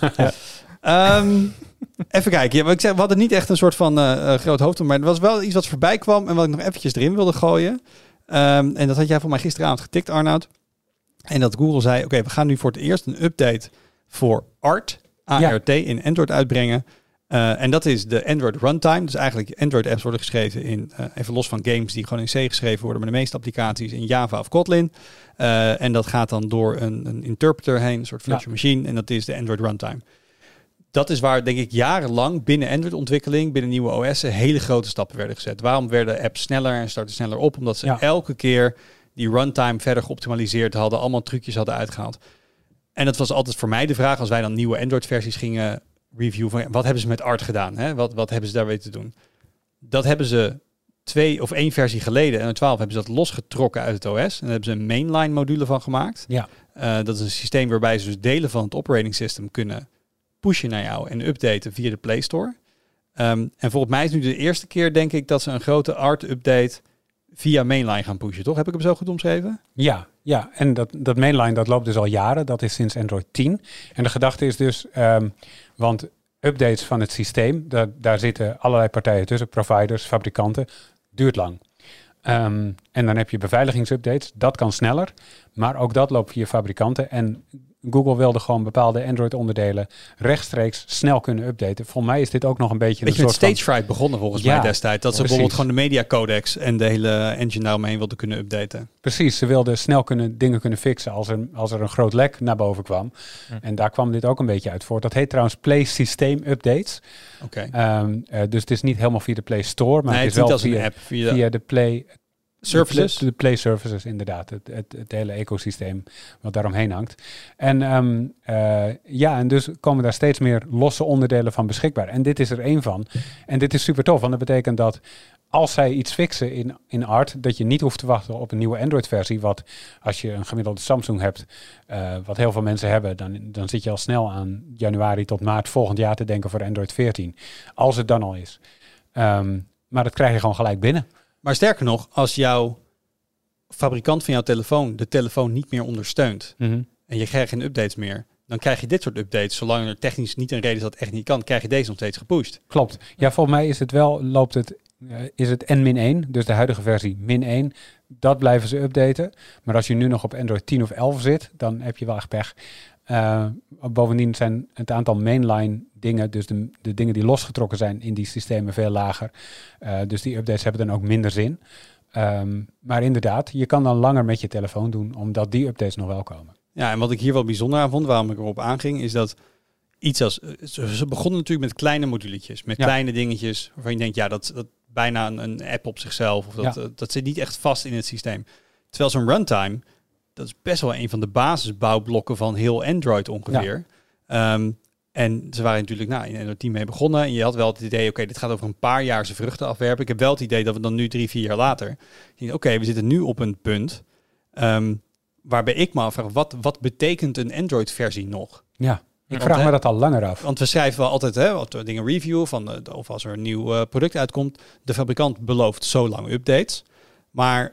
Ja. Um, even kijken. Ja, maar ik zeg, we hadden niet echt een soort van uh, uh, groot hoofd. Maar er was wel iets wat voorbij kwam. En wat ik nog eventjes erin wilde gooien. Um, en dat had jij voor mij gisteravond getikt, Arnoud. En dat Google zei, oké, okay, we gaan nu voor het eerst een update voor A R T, A R T, ja. in Android uitbrengen. Uh, en dat is de Android Runtime. Dus eigenlijk Android-apps worden geschreven in, uh, even los van games die gewoon in C geschreven worden, maar de meeste applicaties in Java of Kotlin. Uh, en dat gaat dan door een, een interpreter heen, een soort virtual ja. machine. En dat is de Android Runtime. Dat is waar, denk ik, jarenlang binnen Android-ontwikkeling, binnen nieuwe O S'en, hele grote stappen werden gezet. Waarom werden apps sneller en starten sneller op? Omdat ze ja. elke keer die runtime verder geoptimaliseerd hadden, allemaal trucjes hadden uitgehaald. En dat was altijd voor mij de vraag, als wij dan nieuwe Android-versies gingen review van wat hebben ze met A R T gedaan? Hè? Wat, wat hebben ze daar weten te doen? Dat hebben ze twee of één versie geleden, en twaalf hebben ze dat losgetrokken uit het O S. En daar hebben ze een mainline module van gemaakt. Ja. Uh, dat is een systeem waarbij ze dus delen van het operating system kunnen pushen naar jou en updaten via de Play Store. Um, en volgens mij is nu de eerste keer, denk ik, dat ze een grote A R T-update via mainline gaan pushen, toch? Heb ik hem zo goed omschreven? Ja, ja. En dat, dat mainline, dat loopt dus al jaren. Dat is sinds Android tien. En de gedachte is dus, um, want updates van het systeem, daar, daar zitten allerlei partijen tussen, providers, fabrikanten, duurt lang. Um, en dan heb je beveiligingsupdates, dat kan sneller, maar ook dat loopt via fabrikanten. En Google wilde gewoon bepaalde Android-onderdelen rechtstreeks snel kunnen updaten. Volgens mij is dit ook nog een beetje... Beetje een met soort Stage Fright begonnen volgens ja, mij destijds. Dat ze precies. bijvoorbeeld gewoon de media codex en de hele engine daaromheen wilden kunnen updaten. Precies, ze wilden snel kunnen, dingen kunnen fixen als er, als er een groot lek naar boven kwam. Hm. En daar kwam dit ook een beetje uit voort. Dat heet trouwens Play System Updates. Oké. Okay. Um, uh, dus het is niet helemaal via de Play Store, maar nee, het is wel als via, een app, via, via de Play... Services? De, de Play Services, inderdaad. Het, het, het hele ecosysteem wat daaromheen hangt. En um, uh, ja, en dus komen daar steeds meer losse onderdelen van beschikbaar. En dit is er één van. En dit is super tof, want dat betekent dat als zij iets fixen in, in A R T, dat je niet hoeft te wachten op een nieuwe Android-versie. Wat als je een gemiddelde Samsung hebt, uh, wat heel veel mensen hebben, dan, dan zit je al snel aan januari tot maart volgend jaar te denken voor Android veertien. Als het dan al is. Um, maar dat krijg je gewoon gelijk binnen. Maar sterker nog, als jouw fabrikant van jouw telefoon de telefoon niet meer ondersteunt mm-hmm. en je krijgt geen updates meer, dan krijg je dit soort updates. Zolang er technisch niet een reden is dat het echt niet kan, krijg je deze nog steeds gepusht. Klopt. Ja, volgens mij is het wel, loopt het, uh, is het N min één, dus de huidige versie min één. Dat blijven ze updaten. Maar als je nu nog op Android tien of elf zit, dan heb je wel echt pech. Uh, bovendien zijn het aantal mainline dingen, dus de, de dingen die losgetrokken zijn in die systemen, veel lager. Uh, dus die updates hebben dan ook minder zin. Um, maar inderdaad, je kan dan langer met je telefoon doen, omdat die updates nog wel komen. Ja, en wat ik hier wel bijzonder aan vond, waarom ik erop aanging, is dat iets als... Ze begonnen natuurlijk met kleine moduletjes, met ja. kleine dingetjes, waarvan je denkt, ja, dat, dat bijna een, een app op zichzelf, of dat, ja. dat, dat zit niet echt vast in het systeem. Terwijl zo'n runtime, dat is best wel een van de basisbouwblokken van heel Android ongeveer. Ja. Um, en ze waren natuurlijk nou, in Android tien mee begonnen. En je had wel het idee, oké, okay, dit gaat over een paar jaar zijn vruchten afwerpen. Ik heb wel het idee dat we dan nu drie, vier jaar later... Oké, okay, we zitten nu op een punt um, waarbij ik me afvraag, wat, wat betekent een Android-versie nog? Ja, ik want, vraag me hè, dat al langer af. Want we schrijven wel altijd hè, wat dingen review van uh, of als er een nieuw uh, product uitkomt. De fabrikant belooft zo lang updates. Maar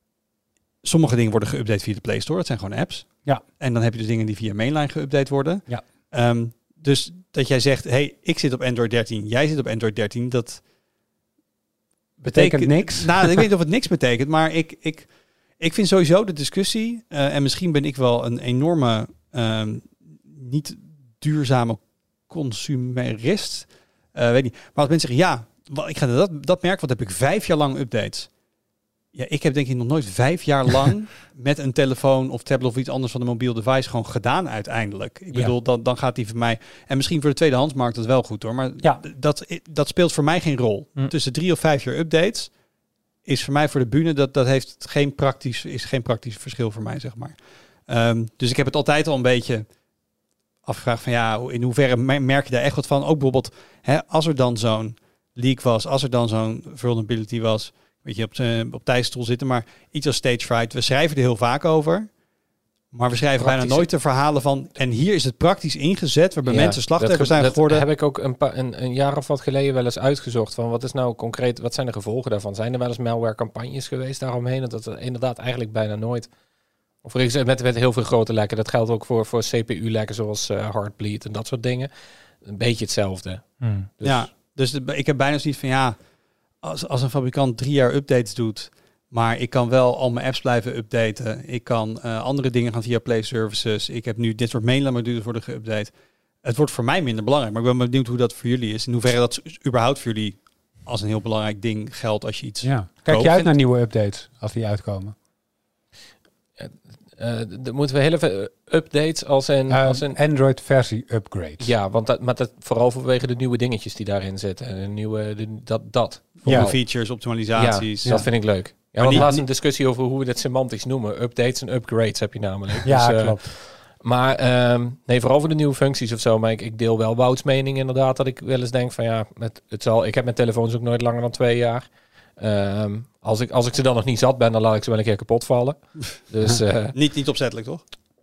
sommige dingen worden geüpdate via de Play Store. Dat zijn gewoon apps. Ja. En dan heb je dus dingen die via mainline geüpdate worden. Ja. Um, dus dat jij zegt, hey, ik zit op Android dertien, jij zit op Android dertien, dat betekent, betekent niks. Nou, ik weet niet of het niks betekent, maar ik, ik, ik vind sowieso de discussie, uh, en misschien ben ik wel een enorme, um, niet duurzame consumerist, uh, weet niet. Maar als mensen zeggen, ja, ik ga dat, dat merk, wat heb ik vijf jaar lang updates. Ja, ik heb denk ik nog nooit vijf jaar lang met een telefoon of tablet of iets anders van een mobiel device gewoon gedaan uiteindelijk. Ik bedoel, ja. dan, dan gaat die voor mij... En misschien voor de tweedehandsmarkt dat wel goed hoor, maar ja. dat, dat speelt voor mij geen rol. Hm. Tussen drie of vijf jaar updates is voor mij voor de bühne, dat, dat heeft geen praktisch, is geen praktisch verschil voor mij, zeg maar. Um, dus ik heb het altijd al een beetje afgevraagd van ja, in hoeverre merk je daar echt wat van? Ook bijvoorbeeld, hè, als er dan zo'n leak was, als er dan zo'n vulnerability was... Weet je, op, uh, op tijdstoel zitten, maar iets als stage fright. We schrijven er heel vaak over. Maar we schrijven Praktisch. bijna nooit de verhalen van... en hier is het praktisch ingezet... waarbij Ja, mensen slachtoffer dat, zijn dat geworden. heb ik ook een, pa- een, een jaar of wat geleden wel eens uitgezocht. Van wat is nou concreet, wat zijn de gevolgen daarvan? Zijn er wel eens malware campagnes geweest daaromheen? Dat is inderdaad eigenlijk bijna nooit. Of er is met, met heel veel grote lekken. Dat geldt ook voor, voor C P U-lekken zoals uh, Heartbleed en dat soort dingen. Een beetje hetzelfde. Hmm. Dus, Ja, dus de, ik heb bijna zoiets van... ja, als, als een fabrikant drie jaar updates doet... maar ik kan wel al mijn apps blijven updaten. Ik kan uh, andere dingen gaan via Play Services. Ik heb nu dit soort mainline-modules worden geüpdate. Het wordt voor mij minder belangrijk. Maar ik ben benieuwd hoe dat voor jullie is. In hoeverre dat überhaupt voor jullie als een heel belangrijk ding geldt als je iets... Ja. Kijk je uit vindt. naar nieuwe updates als die uitkomen? Uh, dan moeten we heel even updates als in... Uh, als in Android versie upgrade. ja, want dat, maar dat vooral vanwege de nieuwe dingetjes die daarin zitten. En de nieuwe, de, dat, dat. Nieuwe Ja. features, optimalisaties. Ja, dat vind ik leuk. Ja, Maar want niet- laatst een discussie over hoe we dat semantisch noemen. Updates en upgrades heb je namelijk. Ja, Dus, uh, klopt. Maar ehm, nee, vooral voor de nieuwe functies of zo. Maar ik, ik deel wel Wouts mening inderdaad. Dat ik wel eens denk van ja, met, het zal, ik heb mijn telefoons ook nooit langer dan twee jaar. Ehm, als, ik, als ik ze dan nog niet zat ben, dan laat ik ze wel een keer kapot vallen. Dus uh, Niet, niet opzettelijk, toch?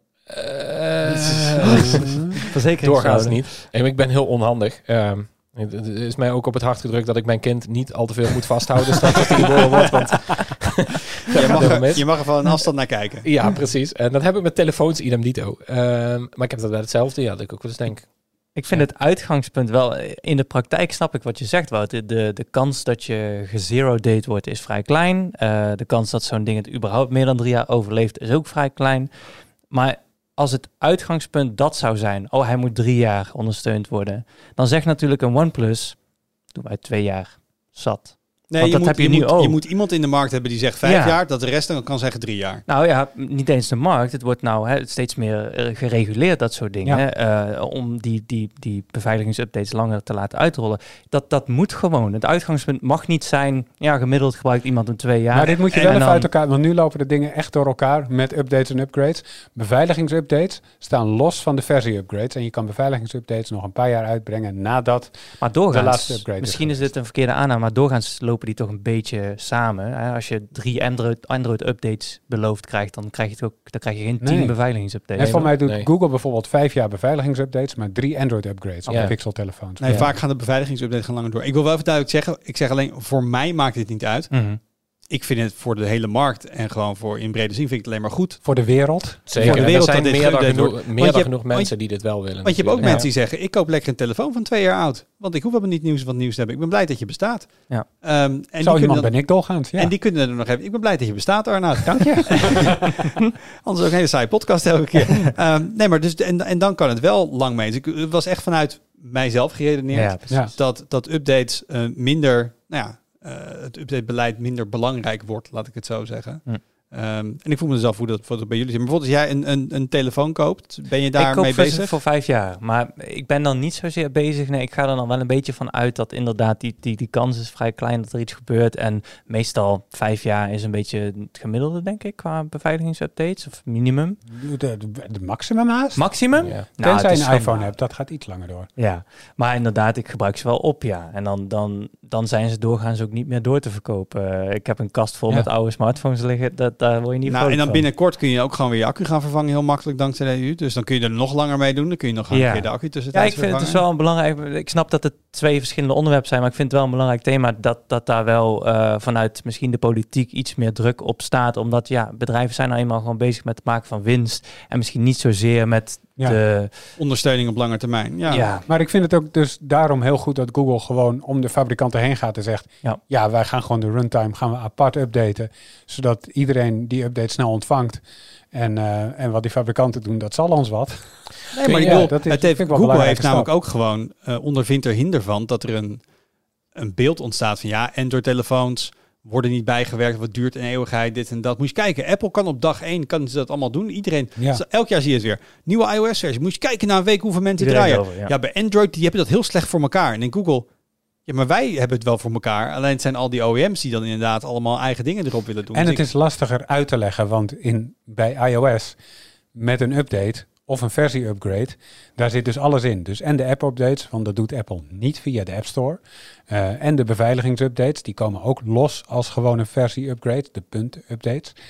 uh, doorgaans niet. En ik ben heel onhandig. Um, het het is mij ook op het hart gedrukt dat ik mijn kind niet al te veel moet vasthouden straks als hij geboren wordt. Want Je mag, er, je mag er van een afstand naar kijken. ja, precies. En dat heb ik met telefoons idem dito. Um, maar ik heb dat wel hetzelfde. Ja, dat ik ook wel eens denk. Ik vind het uitgangspunt wel... In de praktijk snap ik wat je zegt, Wout. De, de kans dat je gezero-date wordt is vrij klein. Uh, de kans dat zo'n ding het überhaupt meer dan drie jaar overleeft is ook vrij klein. Maar als het uitgangspunt dat zou zijn... Oh, hij moet drie jaar ondersteund worden. Dan zegt natuurlijk een OnePlus... Doe wij twee jaar. Zat. Nee, Want je, dat moet, heb je je, nu moet, ook. je moet iemand in de markt hebben die zegt vijf Ja. jaar, dat de rest dan kan zeggen drie jaar. Nou ja, niet eens de markt. Het wordt nou hè, steeds meer uh, gereguleerd, dat soort dingen. Ja. Hè, uh, om die, die, die beveiligingsupdates langer te laten uitrollen. Dat, dat moet gewoon. Het uitgangspunt mag niet zijn... Ja, gemiddeld gebruikt iemand een twee jaar. Maar dit moet je En wel even dan- uit elkaar... Want nu lopen de dingen echt door elkaar met updates en upgrades. Beveiligingsupdates staan los van de versie-upgrades. En je kan beveiligingsupdates nog een paar jaar uitbrengen nadat... Maar doorgaans, de laatste upgrade is misschien is geweest. dit een verkeerde aanname, maar doorgaans lopen die toch een beetje samen. Hè? Als je drie Android, Android updates beloofd krijgt, dan krijg je, het ook, dan krijg je geen tien Nee. beveiligingsupdates. En voor mij doet Nee. Google bijvoorbeeld vijf jaar beveiligingsupdates, maar drie Android-upgrades op Ja. de Pixel-telefoons. Nee, Ja. vaak gaan de beveiligingsupdates gaan langer door. Ik wil wel even duidelijk zeggen, ik zeg alleen, voor mij maakt dit niet uit. Mhm. Ik vind het voor de hele markt en gewoon voor in brede zin vind ik het alleen maar goed. Voor de wereld. Zeker. Voor de En wereld er zijn dat dit meer dan geüpdate genoeg, wordt. meer Want dan je genoeg hebt- mensen die dit wel willen. Want je hebt ook natuurlijk. mensen die zeggen, ik koop lekker een telefoon van twee jaar oud. Want ik hoef helemaal niet nieuws wat nieuws te hebben. Ik ben blij dat je bestaat. Ja. Um, en die Zo kunnen iemand dan- ben ik doorgaans, ja. En die kunnen er nog even. Ik ben blij dat je bestaat, Arnoud. Dank je. Anders ook een hele saaie podcast elke keer. um, nee, maar dus en, en dan kan het wel lang mee. Dus ik, het was echt vanuit mijzelf geredeneerd. Ja, precies. Ja. Dat, dat updates uh, minder, nou ja, uh, het updatebeleid minder belangrijk wordt, laat ik het zo zeggen. Hm. Um, en ik voel me dus af hoe dat, wat dat bij jullie zit. Maar bijvoorbeeld als jij een, een, een telefoon koopt, ben je Ik koop daarmee voor, bezig? voor vijf jaar, maar ik ben dan niet zozeer bezig. Nee, ik ga er dan wel een beetje van uit dat inderdaad die, die, die kans is vrij klein dat er iets gebeurt. En meestal vijf jaar is een beetje het gemiddelde, denk ik, qua beveiligingsupdates of minimum. De, de, de maximum haast. Maximum? Ja. Nou, Tenzij het je is een gewoon- iPhone hebt, dat gaat iets langer door. Ja, maar inderdaad, ik gebruik ze wel op, ja. En dan, dan, dan zijn ze doorgaans ook niet meer door te verkopen. Uh, ik heb een kast vol Ja. met oude smartphones liggen, dat, daar word je niet Nou, vrolijk en dan van. binnenkort kun je ook gewoon weer je accu gaan vervangen, heel makkelijk dankzij de E U. Dus dan kun je er nog langer mee doen. Dan kun je nog gewoon Ja. een keer de accu tussen Ja, ik vind het dus wel een belangrijk... Ik snap dat het twee verschillende onderwerpen zijn, maar ik vind het wel een belangrijk thema dat, dat daar wel uh, vanuit misschien de politiek iets meer druk op staat. Omdat ja, bedrijven zijn nou eenmaal gewoon bezig met het maken van winst. En misschien niet zozeer met Ja. de... ondersteuning op lange termijn. Ja. Ja, Maar ik vind het ook dus daarom heel goed dat Google gewoon om de fabrikanten heen gaat en zegt... Ja. Ja, wij gaan gewoon de runtime gaan we apart updaten. Zodat iedereen die update snel ontvangt. En, uh, en wat die fabrikanten doen, dat zal ons wat. Nee, maar ik Ja, bedoel, dat is- het vind heeft, ik wel een Google belangrijke heeft namelijk stap. ook gewoon uh, ondervindt er hinder van dat er een, een beeld ontstaat van ja, Android-telefoons worden niet bijgewerkt, wat duurt een eeuwigheid, dit en dat. Moet je kijken, Apple kan op dag één kan ze dat allemaal doen. Iedereen, Ja. zo, elk jaar zie je het weer. Nieuwe iOS-versie. Moet je kijken na een week hoeveel mensen Iedereen draaien. over, ja. ja. bij Android, die hebben dat heel slecht voor elkaar. En in Google, ja, maar wij hebben het wel voor elkaar. Alleen het zijn al die O E M's die dan inderdaad allemaal eigen dingen erop willen doen. En Dus het ik- is lastiger uit te leggen, want in, bij iOS met een update of een versie-upgrade, daar zit dus alles in. Dus en de app-updates, want dat doet Apple niet via de App Store. Uh, en de beveiligingsupdates, die komen ook los als gewoon een versie-upgrade, de punt-updates.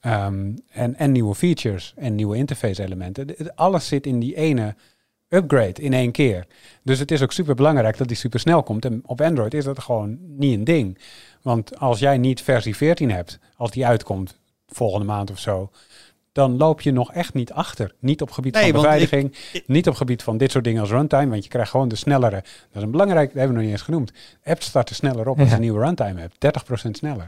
Um, en, en nieuwe features en nieuwe interface elementen. De, de, alles zit in die ene upgrade in één keer. Dus het is ook super belangrijk dat die super snel komt. En op Android is dat gewoon niet een ding. Want als jij niet versie veertien hebt, als die uitkomt volgende maand of zo, dan loop je nog echt niet achter. Niet op gebied nee, van beveiliging, ik, ik, niet op gebied van dit soort dingen als runtime, want je krijgt gewoon de snellere. Dat is een belangrijk, dat hebben we nog niet eens genoemd. Apps starten sneller op als je Ja. een nieuwe runtime hebt. dertig procent sneller.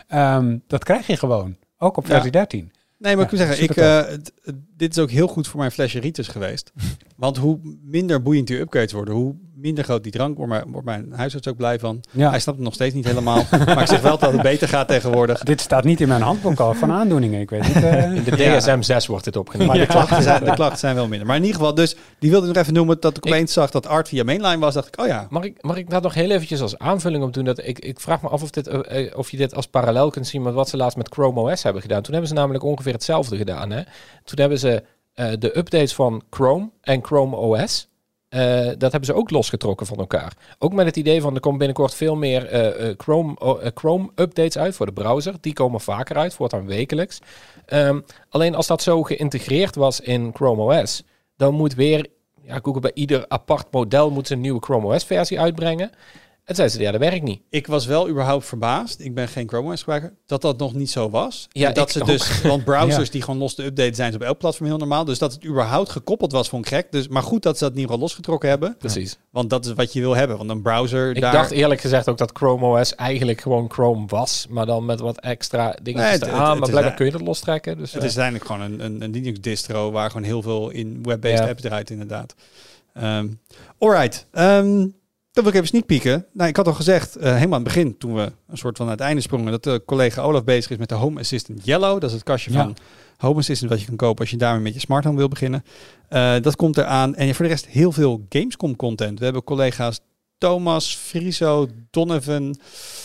Um, dat krijg je gewoon. Ook op versie ja. dertien. Nee, maar Ja, ik moet zeggen, ik, uh, het, het, dit is ook heel goed voor mijn flesje Ritus geweest. Want hoe minder boeiend die upgrades worden, hoe minder groot die drank, wordt mijn, wordt mijn huisarts ook blij van. Ja. Hij snapt het nog steeds niet helemaal. Maar ik zeg wel dat het beter gaat tegenwoordig. Dit staat niet in mijn handboek al van aandoeningen. Ik weet niet. Uh, in de D S M zes wordt dit opgenomen. Maar de klachten, zijn, de klachten zijn wel minder. Maar in ieder geval, dus die wilde ik nog even noemen. Dat ik opeens ik, zag dat Art via Mainline was. Dacht ik, oh ja. Mag ik, mag ik daar nog heel eventjes als aanvulling op doen? Dat ik, ik vraag me af of, dit, uh, of je dit als parallel kunt zien met wat ze laatst met Chrome O S hebben gedaan. Toen hebben ze namelijk ongeveer hetzelfde gedaan. Hè? Toen hebben ze uh, de updates van Chrome en Chrome O S. Uh, dat hebben ze ook losgetrokken van elkaar. Ook met het idee van er komt binnenkort veel meer uh, uh, Chrome, uh, Chrome updates uit voor de browser. Die komen vaker uit, voortaan wekelijks. Um, alleen als dat zo geïntegreerd was in Chrome O S, dan moet weer ja, Google bij ieder apart model moet een nieuwe Chrome O S versie uitbrengen. En zeiden ze, ja, dat werkt niet. Ik was wel überhaupt verbaasd, ik ben geen Chrome O S gebruiker, dat dat nog niet zo was. Ja, dat ze ook. dus, want browsers ja. die gewoon los te updaten zijn, ze op elk platform heel normaal. Dus dat het überhaupt gekoppeld was, vond ik gek. Dus, maar goed dat ze dat in ieder geval losgetrokken hebben. Precies. Want dat is wat je wil hebben, want een browser Ik daar... dacht eerlijk gezegd ook dat Chrome O S eigenlijk gewoon Chrome was, maar dan met wat extra dingetjes Nee, het- eraan. het- het maar is blijkbaar a- kun je dat lostrekken. Dus, Het uh, is uiteindelijk gewoon een, een, een Linux distro waar gewoon heel veel in web-based Ja. apps draait inderdaad. Um, alright. Um, dan wil ik even sneak peeken. Nou, ik had al gezegd, uh, helemaal aan het begin, toen we een soort van aan het einde sprongen, dat de collega Olaf bezig is met de Home Assistant Yellow. Dat is het kastje Ja. van Home Assistant wat je kan kopen als je daarmee met je smart home wil beginnen. Uh, dat komt eraan. En voor de rest heel veel Gamescom content. We hebben collega's Thomas, Friso, Donovan,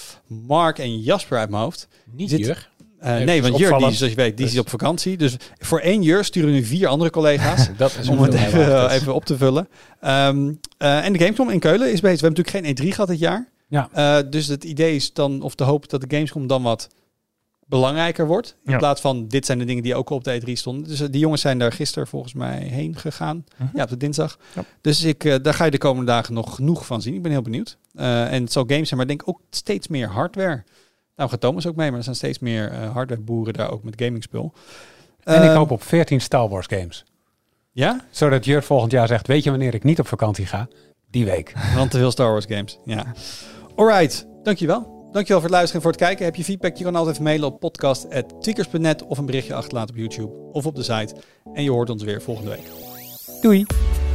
Mark en Jasper uit mijn hoofd. niet Dit- Jur. Uh, Even nee, want Jur, die, opvallend. zoals je weet, die Dus- is op vakantie. Dus voor één Jur sturen we nu vier andere collega's. Dat is om het hoeveel even, hij waard is. even op te vullen. Um, uh, en de Gamescom in Keulen is bezig. We hebben natuurlijk geen E drie gehad dit jaar. Ja. Uh, dus het idee is dan, of de hoop dat de Gamescom dan wat belangrijker wordt. In Ja. plaats van, dit zijn de dingen die ook op de E drie stonden. Dus uh, die jongens zijn daar gisteren volgens mij heen gegaan. Mhm. Ja, op de dinsdag. Ja. Dus ik, uh, daar ga je de komende dagen nog genoeg van zien. Ik ben heel benieuwd. Uh, en het zal games zijn, maar ik denk ook steeds meer hardware. Nou gaat Thomas ook mee, maar er zijn steeds meer uh, hardwareboeren daar ook met gamingspul. En ik Uh, hoop op veertien Star Wars games. Ja? Zodat Jur volgend jaar zegt, weet je wanneer ik niet op vakantie ga? Die week. Want te veel Star Wars games. Ja. Alright, dankjewel. Dankjewel voor het luisteren en voor het kijken. Heb je feedback? Je kan altijd even mailen op podcast at tweakers punt net of een berichtje achterlaten op YouTube of op de site. En je hoort ons weer volgende week. Doei!